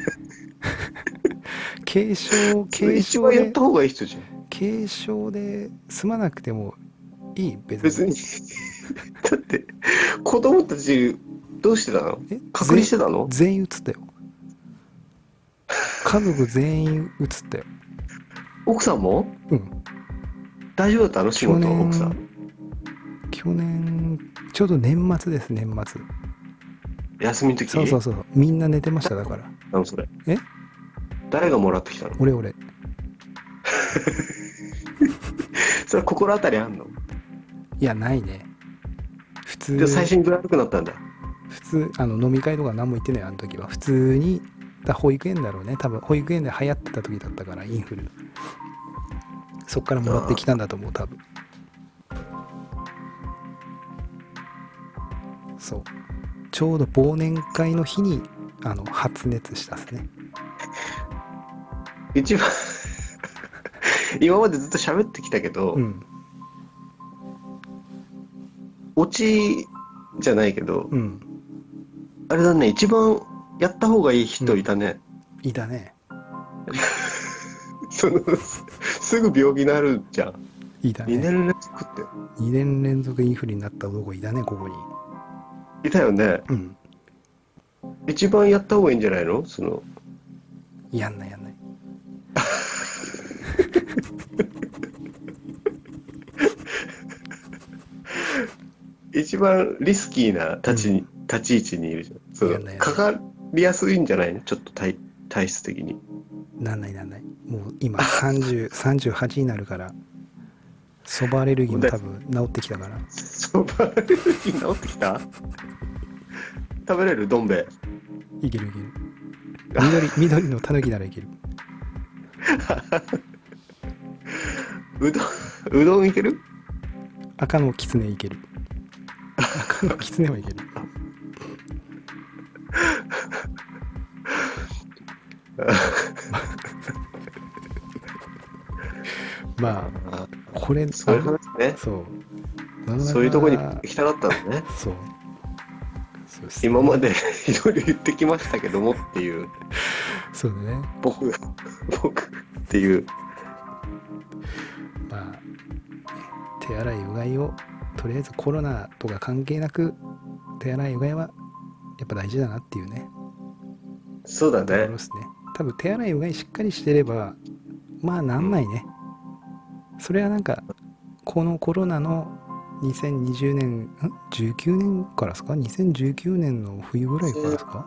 軽症一番やった方がいい人じゃん。 軽症で済まなくてもいい別にだって子供たちどうしてたの？隔離してたの？ 全員移ったよ。家族全員移ったよ。 奥さんも？ うん。 大丈夫だったの？仕事奥さん。 去年ちょうど年末です。年末休みの時？ そうみんな寝てました。だからそれえ誰がもらってきたの？ 俺それは心当たりあんの？ いやないね。普通で最初に具合悪くなったんだ。 普通飲み会とか何も行ってないあの時は。普通に保育園だろうね。多分保育園で流行ってた時だったからインフル。そっからもらってきたんだと思う多分。そうちょうど忘年会の日に発熱したっすね。 一番今までずっと喋ってきたけど、 うん、 オチじゃないけど、 うん、 あれだね、一番やった方がいい人いたね。 いたね。 すぐ病気になるじゃん。 いたね。 2年連続って 2年連続インフルになった男いたね、ここに。 いたよね。 うん。 一番やった方がいいんじゃないの？ やんない。 一番リスキーな立ち位置にいるじゃん。かかりやすいんじゃないの？ちょっと体質的に。 なんない。もう今38になるから、そばアレルギーも多分治ってきたから。 そばアレルギー治ってきた？食べれる？どん兵衛。 いける。緑のタヌキならいける。 うどんいける？ 赤のキツネいける。赤のキツネはいける。まあこれそういう話ね。そういうとこに行きたかったのね。 そうですね。 今までいろいろ言ってきましたけどもっていう。 そうだね。 僕っていう。 まあ手洗いうがいをとりあえずコロナとか関係なく手洗いうがいはやっぱ大事だなっていうね。 そうだね。 多分手洗いうがいしっかりしてればまあなんないね。それはなんかこのコロナの2020年19年からですか？2019年の冬ぐらいからですか？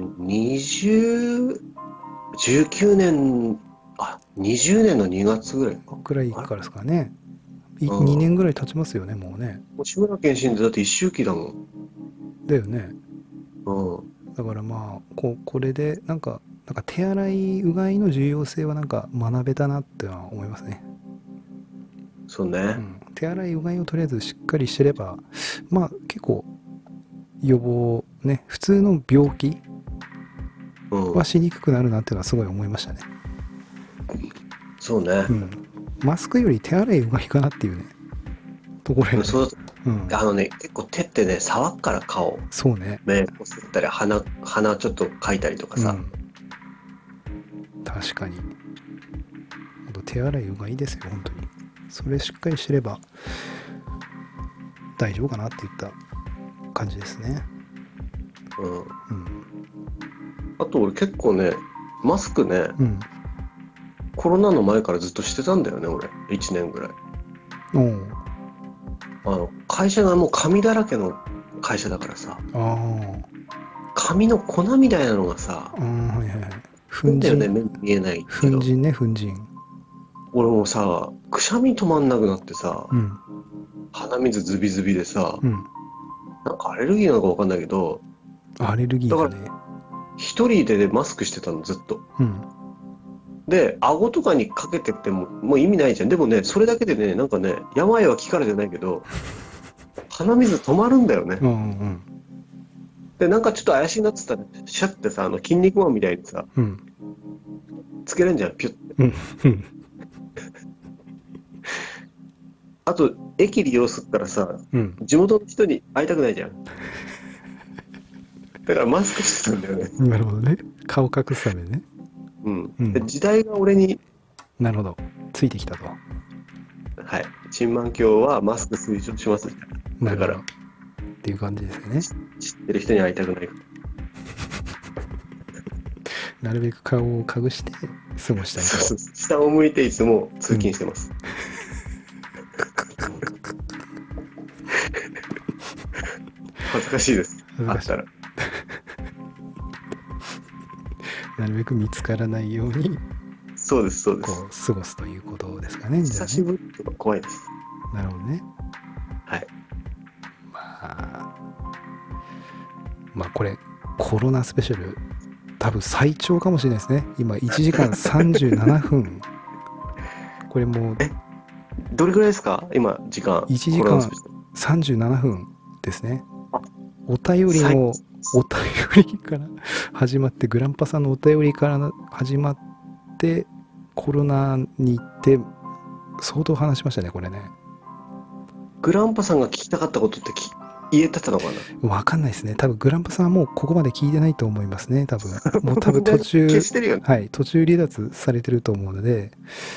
19年20年の2月ぐらいからですかね。2年ぐらい経ちますよね、もうね。 志村けん死んでだって一周期だもん。 だよね。だからまあこれでなんか手洗いうがいの重要性はなんか学べたなっては思いますね。 そうね、 手洗いうがいをとりあえずしっかりしてればまあ結構予防ね、普通の病気はしにくくなるなっていうのはすごい思いましたね。 そうね。 マスクより手洗いうがいかなっていうねところやね。 そう結構手ってね、触っから顔。 そうね。 目こすったり鼻ちょっとかいたりとかさ。 確かに。手洗いうがいですよ、本当に。それしっかりしてれば大丈夫かなっていった感じですね。 あと俺結構ね、マスクね、コロナの前からずっとしてたんだよね、俺。1年ぐらい。会社がもう紙だらけの会社だからさ、紙の粉みたいなのがさ、粉だよね、目に見えないけど。 粉塵ね、粉塵。 俺もさ、くしゃみ止まんなくなってさ、鼻水ズビズビでさ、なんかアレルギーなのか分かんないけど、 アレルギーだね。 だから一人でマスクしてたの、ずっと。で、顎とかにかけてってもう意味ないじゃん。でもね、それだけでね、なんかね、病は気からじゃないけど、鼻水止まるんだよね。で、なんかちょっと怪しいなって言ったら、シャッてさ、筋肉マンみたいにさ、つけれんじゃん、ピュッて。あと、駅利用すったらさ、地元の人に会いたくないじゃん。だからマスクしてたんだよね。 なるほどね。顔隠すためね。 で時代が俺に、 なるほど。ついてきたと。 はい。チンマン教はマスク推奨しますみたいな。だから、 っていう感じですよね。 知ってる人に会いたくないから。 なるべく顔を隠して過ごしたいと。 そう下を向いていつも通勤してます。恥ずかしいです。あったら。 なるべく見つからないように、 そうです、そうです。 こう過ごすということですかね。 久しぶりとか怖いです。 なるほどね。 はい。 まあこれコロナスペシャル多分最長かもしれないですね。今1時間37分。これもうどれぐらいですか今時間。 1時間37分ですね。お便りから始まって、グランパさんのお便りから始まってコロナに行って相当話しましたね、これね。 グランパさんが聞きたかったことって言えてたのかな。 わかんないですね。多分グランパさんはもうここまで聞いてないと思いますね。多分途中消してるよね。 はい、途中離脱されてると思うので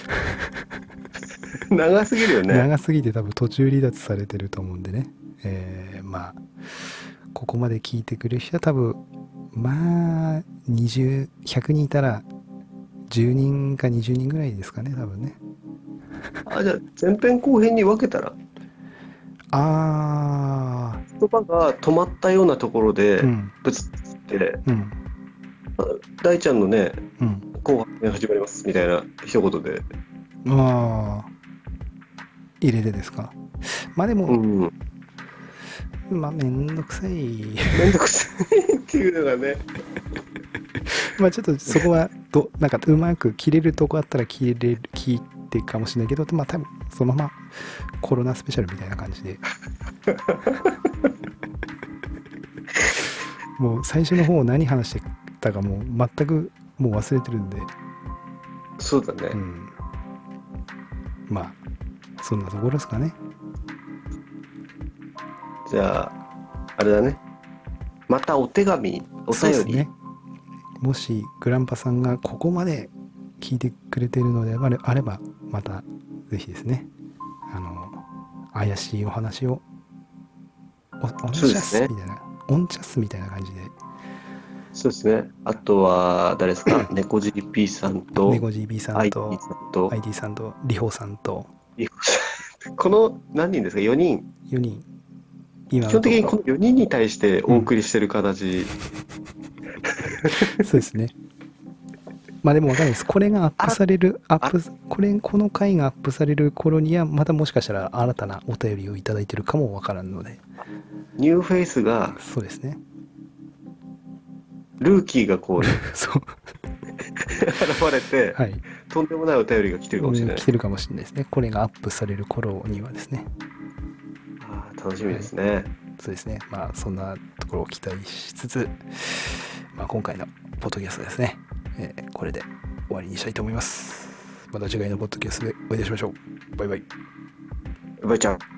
長すぎるよね。 長すぎて多分途中離脱されてると思うんでね。まあここまで聞いてくれる人は多分まあ100人いたら10人か20人ぐらいですかね、多分ね。 じゃあ前編後編に分けたら、言葉が止まったようなところでぶつって、大ちゃんのね、後半戦始まりますみたいな一言で入れてですか。まあでも、まあめんどくさいっていうのがねまあちょっとそこはなんかうまく切れるとこあったら切ってかもしれないけど、まあ多分そのままコロナスペシャルみたいな感じでもう最初の方何話してたかもう全くもう忘れてるんで。 そうだね。 まあそんなところですかね。 じゃああれだね、またお便り、ね、 もしグランパさんがここまで聞いてくれているのであれば、またぜひですね、怪しいお話をオンチャスみたいな、オンチャスみたいな感じで。 そうですね。あとは誰ですか猫 GP さんと GP さんと ID さんとリホさんとこの何人ですか。4人基本的にこの4人に対してお送りしてる形、 そうですね。まあでも分かんないです。これがアップされるこの回がアップされる頃にはまたもしかしたら新たなお便りをいただいてるかも分からんので、 ニューフェイスが、 そうですね、 ルーキーがこう、 そう現れて、とんでもないお便りが来てるかもしれない。 来てるかもしれないですね。これがアップされる頃にはですね。 楽しみですね。 そうですね。まあそんなところを期待しつつ、まあ、今回のポッドキャストですね、これで終わりにしたいと思います。また次回のポッドキャストでお会いしましょう。バイバイ。 バイちゃん。